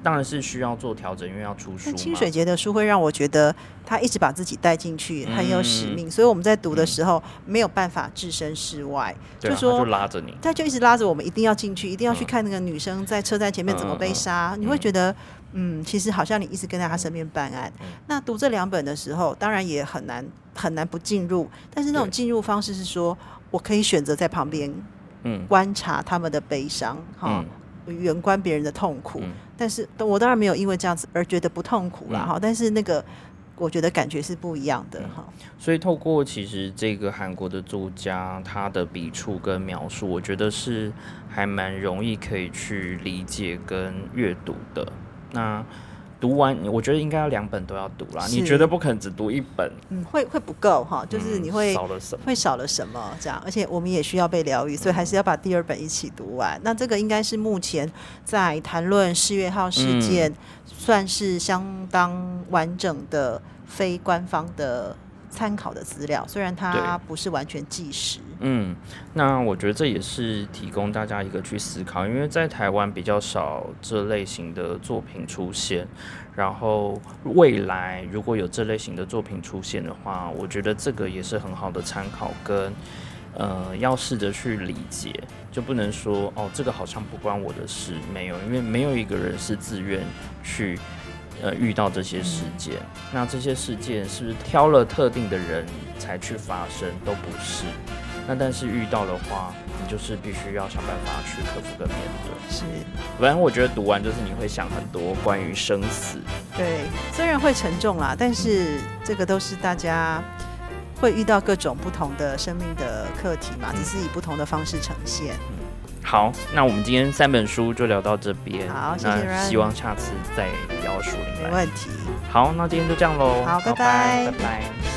当然是需要做调整，因为要出书嘛。 清水节的书会让我觉得他一直把自己带进去，很有使命，嗯、所以我们在读的时候、嗯、没有办法置身事外， 对啊、 就说他就拉着你， 他就一直拉着我们，一定要进去，一定要去看那个女生在车站前面怎么被杀，嗯、你会觉得。嗯，其实好像你一直跟在他身边办案。嗯、那读这两本的时候，当然也很难很难不进入，但是那种进入方式是说，我可以选择在旁边，嗯，观察他们的悲伤，哈、嗯，远观别人的痛苦。嗯、但是我当然没有因为这样子而觉得不痛苦啦，哈、嗯。但是那个我觉得感觉是不一样的，哈、嗯。 所以透过其实这个韩国的作家他的笔触跟描述，我觉得是还蛮容易可以去理解跟阅读的。那读完，我觉得应该要两本都要读啦。你觉得不可能只读一本？ 嗯，会会不够哈，就是你会、 嗯、少了什么？ 会少了什么这样？而且我们也需要被疗愈，所以还是要把第二本一起读完。嗯、那这个应该是目前在谈论世越号事件、嗯、算是相当完整的非官方的参考的资料，虽然它不是完全纪实。 嗯，那我觉得这也是提供大家一个去思考，因为在台湾比较少这类型的作品出现，然后未来如果有这类型的作品出现的话，我觉得这个也是很好的参考跟呃要试着去理解，就不能说哦这个好像不关我的事，没有，因为没有一个人是自愿去呃遇到这些事件，嗯、那这些事件是不是挑了特定的人才去发生，都不是。那但是遇到的话，你就是必须要想办法去克服跟面对。 是， 反正我觉得读完就是你会想很多关于生死。 对，虽然会沉重啦，但是这个都是大家会遇到各种不同的生命的课题嘛，只是以不同的方式呈现。 嗯、好，那我们今天三本书就聊到这边。 好，谢谢 Ryan。 希望下次再邀书林来。 没问题。 好，那今天就这样喽。 好，拜拜， 拜拜。